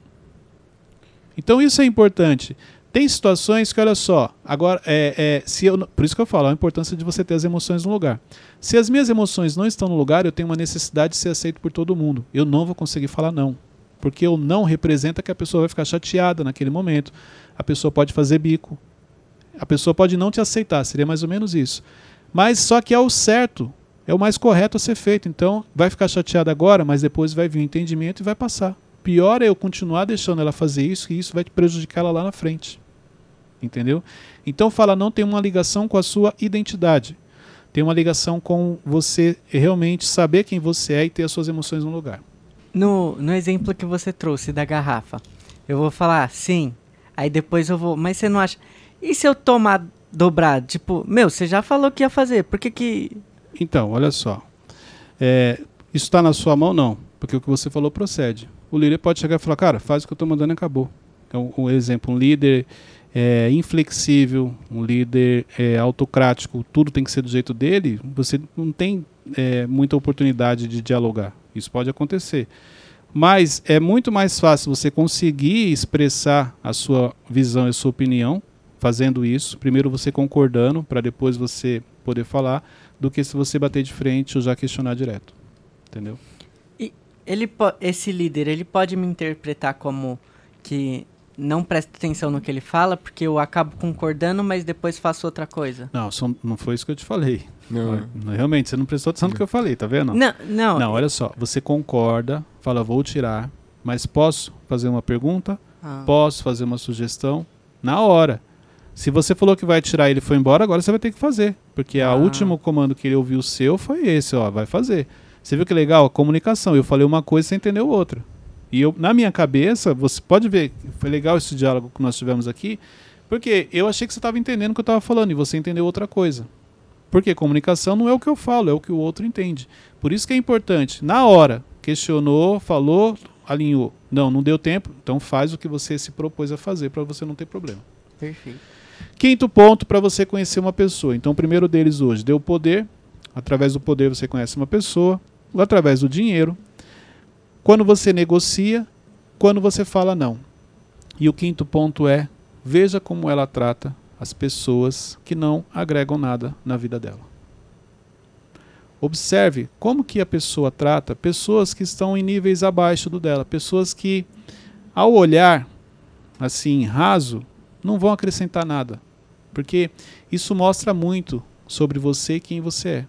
Então isso é importante. Tem situações que, olha só, agora, é, é, se eu, por isso que eu falo, a importância de você ter as emoções no lugar. Se as minhas emoções não estão no lugar, eu tenho uma necessidade de ser aceito por todo mundo. Eu não vou conseguir falar não. Porque o não representa que a pessoa vai ficar chateada naquele momento. A pessoa pode fazer bico. A pessoa pode não te aceitar, seria mais ou menos isso. Mas só que é o certo, é o mais correto a ser feito. Então, vai ficar chateada agora, mas depois vai vir o entendimento e vai passar. Pior é eu continuar deixando ela fazer isso, e isso vai prejudicar ela lá na frente. Entendeu? Então, falar não tem uma ligação com a sua identidade. Tem uma ligação com você realmente saber quem você é e ter as suas emoções no lugar. No, no exemplo que você trouxe da garrafa, eu vou falar sim, aí depois eu vou... Mas você não acha... E se eu tomar dobrado? Tipo, meu, você já falou que ia fazer, por que que... Então, olha só. É, Isso está na sua mão? Não, porque o que você falou procede. O líder pode chegar e falar, cara, faz o que eu estou mandando e acabou. Então, um exemplo, um líder é, inflexível, um líder é, autocrático, tudo tem que ser do jeito dele, você não tem é, muita oportunidade de dialogar. Isso pode acontecer. Mas é muito mais fácil você conseguir expressar a sua visão e a sua opinião fazendo isso, primeiro você concordando, para depois você poder falar, do que se você bater de frente ou já questionar direto. Entendeu? E ele esse líder, ele pode me interpretar como que não presta atenção no que ele fala, porque eu acabo concordando, mas depois faço outra coisa. Não, só, não foi isso que eu te falei. Não. Não, realmente, você não prestou atenção no que eu falei, tá vendo? Não, não. Não, olha só, você concorda, fala, vou tirar, mas posso fazer uma pergunta? Ah. Posso fazer uma sugestão? Na hora. Se você falou que vai tirar e ele foi embora, agora você vai ter que fazer. Porque Ah. o último comando que ele ouviu seu foi esse, ó, vai fazer. Você viu que legal? A comunicação. Eu falei uma coisa e você entendeu outra. E eu, na minha cabeça, você pode ver, foi legal esse diálogo que nós tivemos aqui, porque eu achei que você estava entendendo o que eu estava falando e você entendeu outra coisa. Porque comunicação não é o que eu falo, é o que o outro entende. Por isso que é importante. Na hora, questionou, falou, alinhou. Não, não deu tempo, então faz o que você se propôs a fazer para você não ter problema. Perfeito. Quinto ponto para você conhecer uma pessoa. Então, o primeiro deles hoje, deu poder. Através do poder você conhece uma pessoa. Através do dinheiro. Quando você negocia, quando você fala não. E o quinto ponto é, veja como ela trata as pessoas que não agregam nada na vida dela. Observe como que a pessoa trata pessoas que estão em níveis abaixo do dela. Pessoas que, ao olhar, assim, raso, não vão acrescentar nada. Porque isso mostra muito sobre você e quem você é.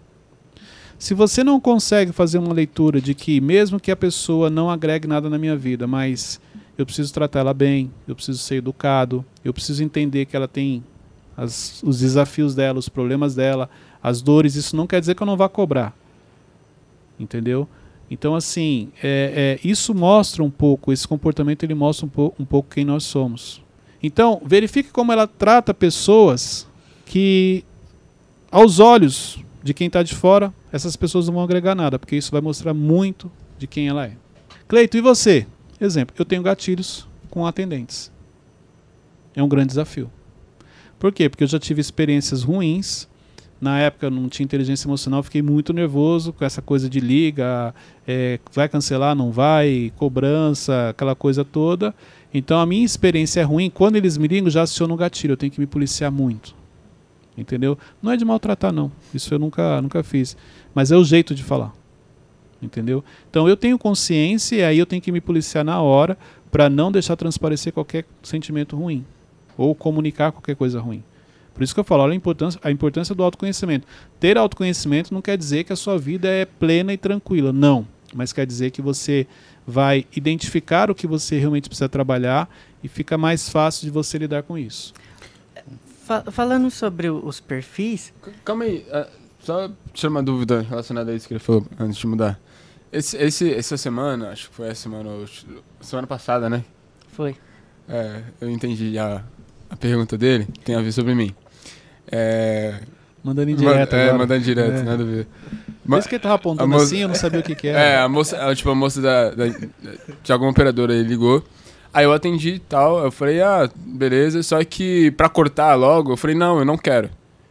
Se você não consegue fazer uma leitura de que mesmo que a pessoa não agregue nada na minha vida, mas eu preciso tratar ela bem, eu preciso ser educado, eu preciso entender que ela tem as, os desafios dela, os problemas dela, as dores, isso não quer dizer que eu não vá cobrar. Entendeu? Então, assim, é, é, isso mostra um pouco, esse comportamento ele mostra um, po um pouco quem nós somos. Então, verifique como ela trata pessoas que, aos olhos de quem está de fora, essas pessoas não vão agregar nada, porque isso vai mostrar muito de quem ela é. Cleito, e você? Exemplo, eu tenho gatilhos com atendentes. É um grande desafio. Por quê? Porque eu já tive experiências ruins. Na época eu não tinha inteligência emocional, fiquei muito nervoso com essa coisa de liga, é, vai cancelar, não vai, cobrança, aquela coisa toda. Então a minha experiência é ruim. Quando eles me ligam, já aciono o gatilho, eu tenho que me policiar muito. Entendeu? Não é de maltratar, não. Isso eu nunca, nunca fiz. Mas é o jeito de falar. Entendeu? Então eu tenho consciência e aí eu tenho que me policiar na hora para não deixar transparecer qualquer sentimento ruim. Ou comunicar qualquer coisa ruim. Por isso que eu falo, olha a importância, a importância do autoconhecimento. Ter autoconhecimento não quer dizer que a sua vida é plena e tranquila. Não. Mas quer dizer que você vai identificar o que você realmente precisa trabalhar e fica mais fácil de você lidar com isso. Falando sobre os perfis... Calma aí, uh, só tirar uma dúvida relacionada a isso que ele falou antes de mudar. Esse, esse, essa semana, acho que foi a semana, semana passada, né? Foi. É, eu entendi a, a pergunta dele, tem a ver sobre mim. É, mandando em direto É, agora. mandando direto, É. nada a ver. Por isso que ele tava apontando moça, assim, eu não sabia o que que era. É, a moça, a, tipo, a moça da, da, de alguma operadora aí ligou. Aí eu atendi e tal, eu falei, ah, beleza, só que pra cortar logo, eu falei, não, eu não quero.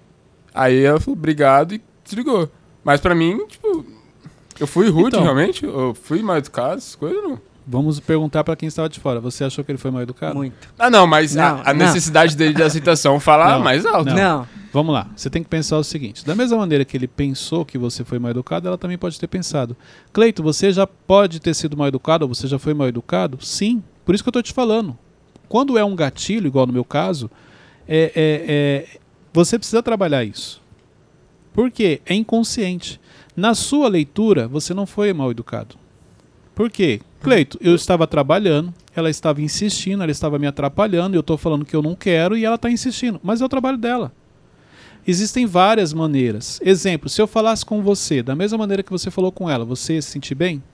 Aí ela falou, obrigado, e desligou. Mas pra mim, tipo, eu fui rude Então, realmente, eu fui mal educado, essas coisas não. Vamos perguntar para quem estava de fora. Você achou que ele foi mal educado? Muito. Ah, não, mas Não, a, a não. necessidade dele de aceitação fala Não, mais alto. Não. Não. Vamos lá. Você tem que pensar o seguinte. Da mesma maneira que ele pensou que você foi mal educado, ela também pode ter pensado. Cleito, você já pode ter sido mal educado ou você já foi mal educado? Sim. Por isso que eu estou te falando. Quando é um gatilho, igual no meu caso, é, é, é, você precisa trabalhar isso. Por quê? É inconsciente. Na sua leitura, você não foi mal educado. Por quê? Cleito, eu estava trabalhando, ela estava insistindo, ela estava me atrapalhando, eu estou falando que eu não quero e ela está insistindo. Mas é o trabalho dela. Existem várias maneiras. Exemplo, se eu falasse com você, da mesma maneira que você falou com ela, você ia se sentir bem?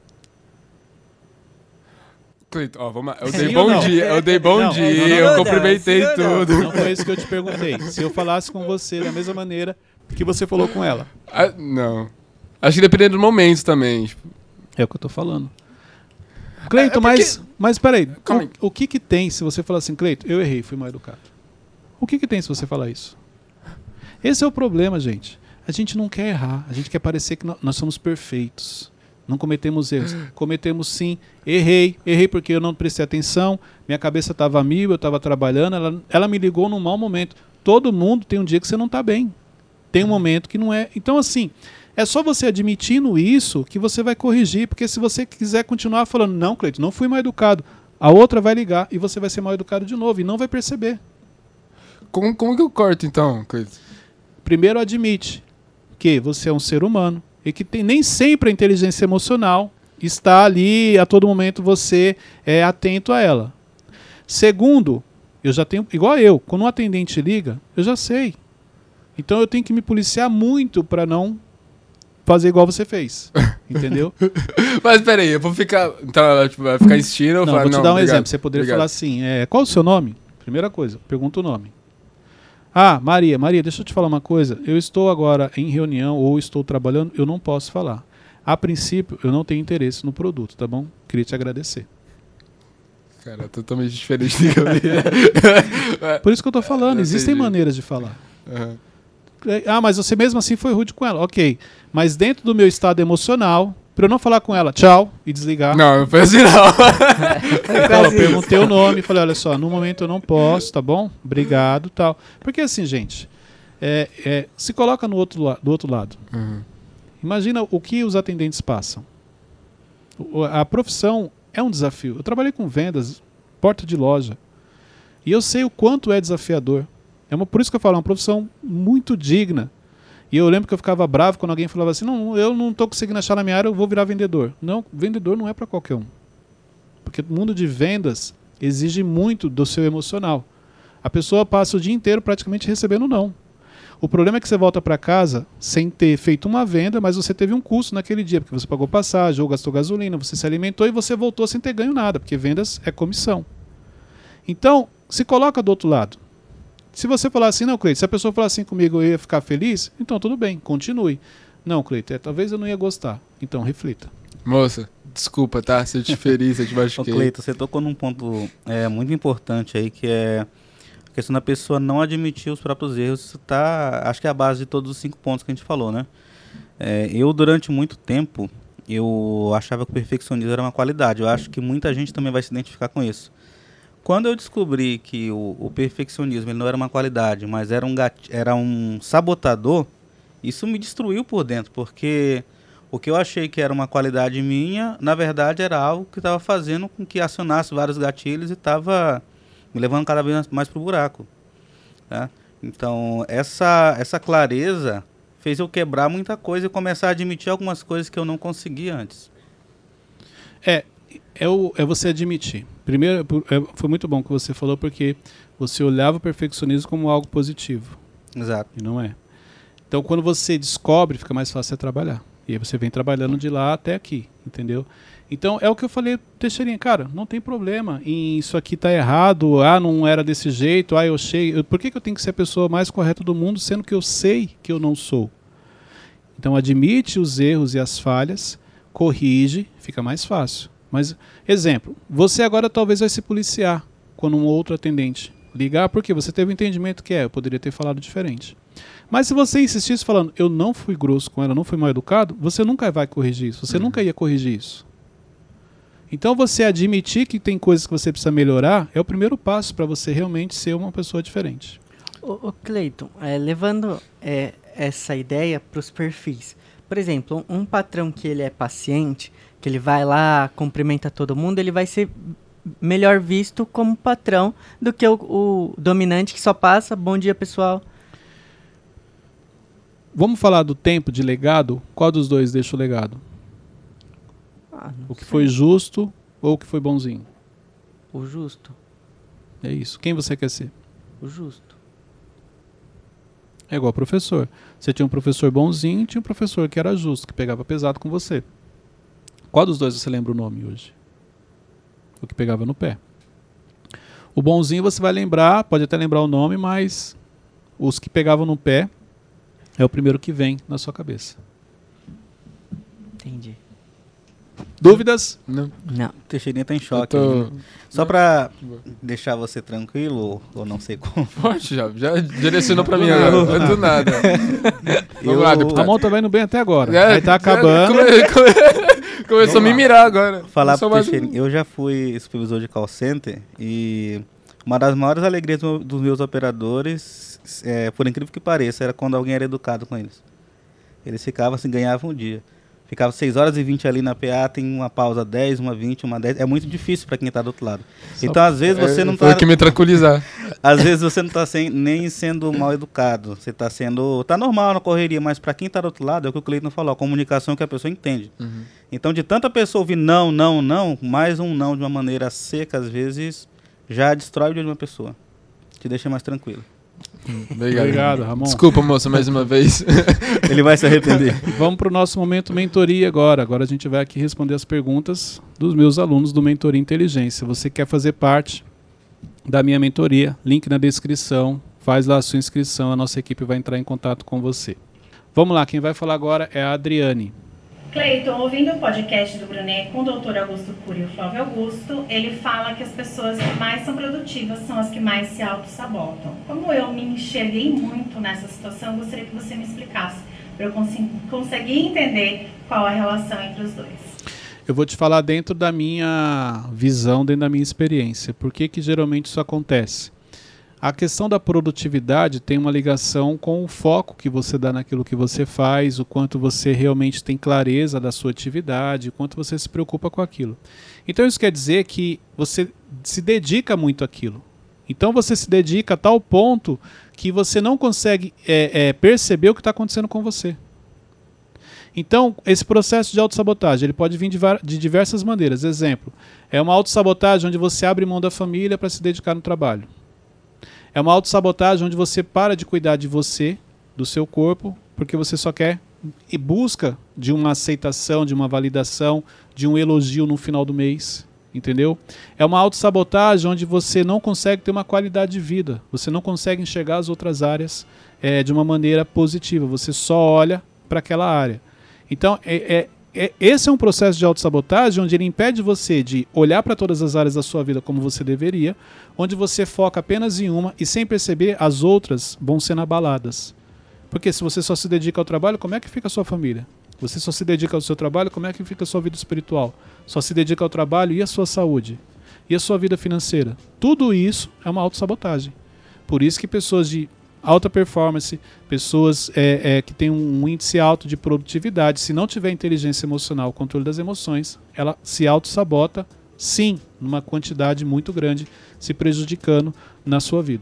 Cleiton, ó, vamos lá. Eu Sim dei ou bom não? dia, eu dei bom Não, dia, não, não, eu não. cumprimentei Sim ou não? tudo. Não foi isso que eu te perguntei. Se eu falasse com você da mesma maneira que você falou com ela. Ah, não. Acho que dependendo do momento também. Tipo. É o que eu tô falando. Cleiton, é porque... mas, mas peraí, Calma o, o que que tem se você falar assim, Cleiton, eu errei, fui mal educado? O que que tem se você falar isso? Esse é o problema, gente. A gente não quer errar, a gente quer parecer que nós somos perfeitos. Não cometemos erros. Cometemos sim, errei, errei porque eu não prestei atenção, minha cabeça estava a mil, eu estava trabalhando, ela, ela me ligou num mau momento. Todo mundo tem um dia que você não está bem. Tem um momento que não é. Então, assim, é só você admitindo isso que você vai corrigir, porque se você quiser continuar falando, não, Cleiton, não fui mal educado, a outra vai ligar e você vai ser mal educado de novo e não vai perceber. Como, como que eu corto, então, Cleiton? Primeiro, admite que você é um ser humano e que tem, nem sempre a inteligência emocional está ali, a todo momento você é atento a ela. Segundo, eu já tenho, igual eu, quando um atendente liga, eu já sei. Então eu tenho que me policiar muito para não fazer igual você fez, entendeu? Mas peraí, eu vou ficar, então ela tipo, vai ficar insistindo, eu não, falo, vou te não, dar um obrigado, exemplo, você poderia obrigado. falar assim, é, qual o seu nome? Primeira coisa, pergunta o nome. Ah, Maria, Maria, deixa eu te falar uma coisa, eu estou agora em reunião ou estou trabalhando, eu não posso falar. A princípio, eu não tenho interesse no produto, tá bom? Queria te agradecer. Cara, é totalmente diferente do que eu vi. Por isso que eu tô falando, Eu existem entendi. maneiras de falar. Uhum. Ah, mas você mesmo assim foi rude com ela. Ok. Mas dentro do meu estado emocional, pra eu não falar com ela, tchau, e desligar. Não, não foi assim não. Então, eu perguntei o nome e falei, olha só, no momento eu não posso, tá bom? Obrigado, tal. Porque assim, gente, é, é, se coloca no outro la- do outro lado. Uhum. Imagina o que os atendentes passam. O- A profissão é um desafio. Eu trabalhei com vendas, porta de loja. E eu sei o quanto é desafiador. É uma, por isso que eu falo, é uma profissão muito digna. E eu lembro que eu ficava bravo quando alguém falava assim, não, eu não estou conseguindo achar na minha área, eu vou virar vendedor. Não, vendedor não é para qualquer um. Porque o mundo de vendas exige muito do seu emocional. A pessoa passa o dia inteiro praticamente recebendo não. O problema é que você volta para casa sem ter feito uma venda, mas você teve um custo naquele dia, porque você pagou passagem, ou gastou gasolina, você se alimentou e você voltou sem ter ganho nada, porque vendas é comissão. Então, se coloca do outro lado. Se você falar assim, não, Cleiton, se a pessoa falar assim comigo, eu ia ficar feliz, então tudo bem, continue. Não, Cleiton, é, talvez eu não ia gostar. Então, reflita. Moça, desculpa, tá? Se eu te feri, se eu te Ô, machuquei. Cleiton, você tocou num ponto é, muito importante aí, que é a questão da pessoa não admitir os próprios erros. Isso tá, acho que é a base de todos os cinco pontos que a gente falou, né? É, eu, durante muito tempo, eu achava que o perfeccionismo era uma qualidade. Eu acho que muita gente também vai se identificar com isso. Quando eu descobri que o, o perfeccionismo ele não era uma qualidade, mas era um, gat- era um sabotador, isso me destruiu por dentro, porque o que eu achei que era uma qualidade minha, na verdade era algo que estava fazendo com que acionasse vários gatilhos e estava me levando cada vez mais para o buraco. Tá? Então, essa, essa clareza fez eu quebrar muita coisa e começar a admitir algumas coisas que eu não conseguia antes. É, é, o, é você admitir. Primeiro, é, foi muito bom que você falou, porque você olhava o perfeccionismo como algo positivo. Exato. E não é. Então, quando você descobre, fica mais fácil você trabalhar. E aí você vem trabalhando de lá até aqui, entendeu? Então, é o que eu falei, Teixeirinha, cara, não tem problema em isso aqui tá errado, ah, não era desse jeito, ah, eu achei... Eu, por que, que eu tenho que ser a pessoa mais correta do mundo, sendo que eu sei que eu não sou? Então, admite os erros e as falhas, corrige, fica mais fácil. Mas, exemplo, você agora talvez vai se policiar quando um outro atendente ligar, porque você teve o entendimento que é, eu poderia ter falado diferente. Mas se você insistisse falando, eu não fui grosso com ela, não fui mal educado, você nunca vai corrigir isso, você Uhum. nunca ia corrigir isso. Então você admitir que tem coisas que você precisa melhorar é o primeiro passo para você realmente ser uma pessoa diferente. Ô, ô Cleiton, é, levando é, essa ideia para os perfis. Por exemplo, um, um patrão que ele é paciente, que ele vai lá, cumprimenta todo mundo, ele vai ser melhor visto como patrão do que o, o dominante que só passa, bom dia pessoal. Vamos falar do tempo de legado? Qual dos dois deixa o legado? Ah, não O que sei. foi justo ou o que foi bonzinho? O justo, É isso. Quem você quer ser? o justo. É igual professor. Você tinha um professor bonzinho e tinha um professor que era justo, que pegava pesado com você. Qual dos dois você lembra o nome hoje? O que pegava no pé. O bonzinho você vai lembrar, pode até lembrar o nome, mas os que pegavam no pé é o primeiro que vem na sua cabeça. Entendi. Dúvidas? Não. Não. Teixeirinha tá em choque. Eu tô- né? Só pra deixar você tranquilo, ou não sei como. Pode, já, já direcionou pra mim Do agora. nada. Do nada. Vamos Eu- lá, O deputado. Ramon tá indo bem até agora. É, Aí tá acabando. come- come- Começou a me mirar agora. Falar Eu sou pro mais um- Teixeirinha, eu já fui supervisor de call center e uma das maiores alegrias do- dos meus operadores, é, por incrível que pareça, era quando alguém era educado com eles. Eles ficavam assim, ganhavam um dia. Ficava seis horas e vinte ali na P A, tem uma pausa dez, uma vinte, uma dez. É muito difícil para quem tá do outro lado. Então, às vezes, você É, não Foi tá. o que me tranquilizar. Às vezes você não tá sem, nem sendo mal educado. Você tá sendo. Tá normal na correria, mas para quem tá do outro lado, é o que o Cleiton falou, a comunicação que a pessoa entende. Uhum. Então, de tanta pessoa ouvir não, não, não, mais um não de uma maneira seca, às vezes, já destrói o dia de uma pessoa. Te deixa mais tranquilo. Obrigado. Obrigado, Ramon. Desculpa, moça, mais uma vez. Ele vai se arrepender. Vamos para o nosso momento mentoria agora. Agora a gente vai aqui responder as perguntas dos meus alunos do Mentoria Inteligência. Você quer fazer parte da minha mentoria? Link na descrição. Faz lá a sua inscrição. A nossa equipe vai entrar em contato com você. Vamos lá, quem vai falar agora é a Adriane. Cleiton, ouvindo o podcast do Brunet com o doutor Augusto Cury e o Flávio Augusto, ele fala que as pessoas que mais são produtivas são as que mais se auto-sabotam. Como eu me enxerguei muito nessa situação, gostaria que você me explicasse, para eu cons- conseguir entender qual a relação entre os dois. Eu vou te falar dentro da minha visão, dentro da minha experiência. Por que que geralmente isso acontece? A questão da produtividade tem uma ligação com o foco que você dá naquilo que você faz, o quanto você realmente tem clareza da sua atividade, o quanto você se preocupa com aquilo. Então isso quer dizer que você se dedica muito àquilo. Então você se dedica a tal ponto que você não consegue é, é, perceber o que está acontecendo com você. Então, esse processo de autossabotagem, ele pode vir de, de diversas maneiras. Exemplo, é uma autossabotagem onde você abre mão da família para se dedicar no trabalho. É uma autossabotagem onde você para de cuidar de você, do seu corpo, porque você só quer e busca de uma aceitação, de uma validação, de um elogio no final do mês, entendeu? É uma autossabotagem onde você não consegue ter uma qualidade de vida, você não consegue enxergar as outras áreas é, de uma maneira positiva, você só olha para aquela área. Então, é, é, é, esse é um processo de autossabotagem onde ele impede você de olhar para todas as áreas da sua vida como você deveria, onde você foca apenas em uma e sem perceber as outras vão sendo abaladas. Porque se você só se dedica ao trabalho, como é que fica a sua família? Você só se dedica ao seu trabalho, como é que fica a sua vida espiritual? Só se dedica ao trabalho e a sua saúde? E a sua vida financeira? Tudo isso é uma autossabotagem. Por isso que pessoas de alta performance, pessoas é, é, que têm um índice alto de produtividade, se não tiver inteligência emocional, controle das emoções, ela se autossabota, sim, numa quantidade muito grande, se prejudicando na sua vida.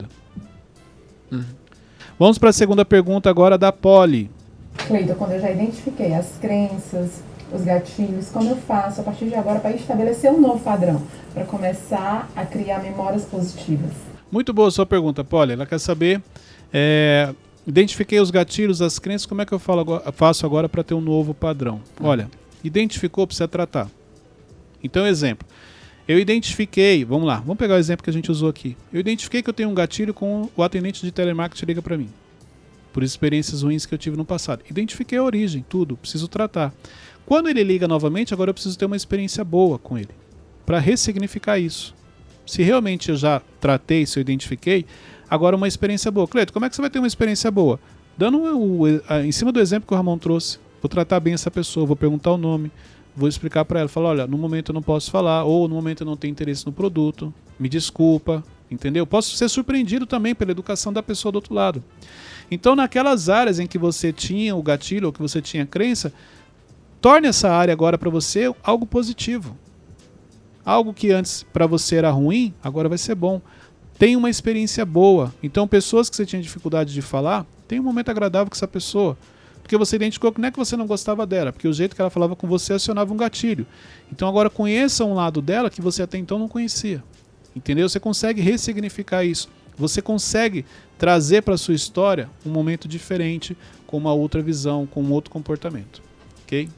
Uhum. Vamos para a segunda pergunta agora da Polly. Cleiton, quando eu já identifiquei as crenças, os gatilhos, como eu faço a partir de agora para estabelecer um novo padrão, para começar a criar memórias positivas? Muito boa a sua pergunta, Polly. Ela quer saber, é, identifiquei os gatilhos, as crenças, como é que eu falo agora, faço agora para ter um novo padrão? Olha, identificou, precisa tratar. Então, exemplo, eu identifiquei, vamos lá, vamos pegar o exemplo que a gente usou aqui. Eu identifiquei que eu tenho um gatilho com o atendente de telemarketing liga para mim, por experiências ruins que eu tive no passado. Identifiquei a origem, tudo, preciso tratar. Quando ele liga novamente, agora eu preciso ter uma experiência boa com ele, para ressignificar isso. Se realmente eu já tratei, se eu identifiquei, agora uma experiência boa. Cleiton, como é que você vai ter uma experiência boa? Dando o, em cima do exemplo que o Ramon trouxe, vou tratar bem essa pessoa, vou perguntar o nome, vou explicar para ela, falar, olha, no momento eu não posso falar, ou no momento eu não tenho interesse no produto, me desculpa, entendeu? Posso ser surpreendido também pela educação da pessoa do outro lado. Então, naquelas áreas em que você tinha o gatilho, ou que você tinha crença, torne essa área agora para você algo positivo. Algo que antes para você era ruim, agora vai ser bom. Tenha uma experiência boa. Então, pessoas que você tinha dificuldade de falar, tenha um momento agradável com essa pessoa. Porque você identificou que não é que você não gostava dela, porque o jeito que ela falava com você acionava um gatilho. Então, agora conheça um lado dela que você até então não conhecia. Entendeu? Você consegue ressignificar isso. Você consegue trazer para a sua história um momento diferente, com uma outra visão, com um outro comportamento. Ok?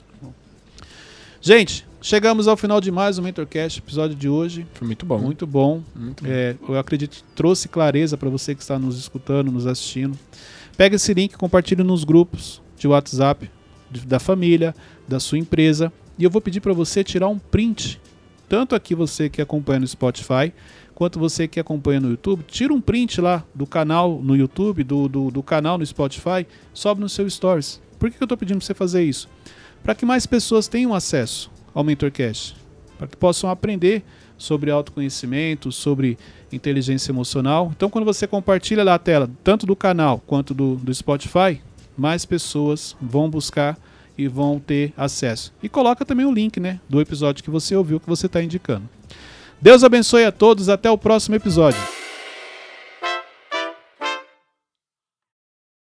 Gente, chegamos ao final de mais um MentorCast, episódio de hoje. Foi muito bom. Muito bom. Muito bom. É, eu acredito que trouxe clareza para você que está nos escutando, nos assistindo. Pega esse link, compartilhe nos grupos de WhatsApp de, da família. da sua empresa. E eu vou pedir para você tirar um print, tanto aqui você que acompanha no Spotify, quanto você que acompanha no YouTube. Tira um print lá do canal no YouTube, do, do, do canal no Spotify, sobe no seu Stories. Por que eu estou pedindo para você fazer isso? Para que mais pessoas tenham acesso ao MentorCast, para que possam aprender sobre autoconhecimento, sobre inteligência emocional. Então, quando você compartilha lá a tela, tanto do canal quanto do, do Spotify, mais pessoas vão buscar e vão ter acesso. E coloca também o link, né, do episódio que você ouviu, que você está indicando. Deus abençoe a todos, até o próximo episódio.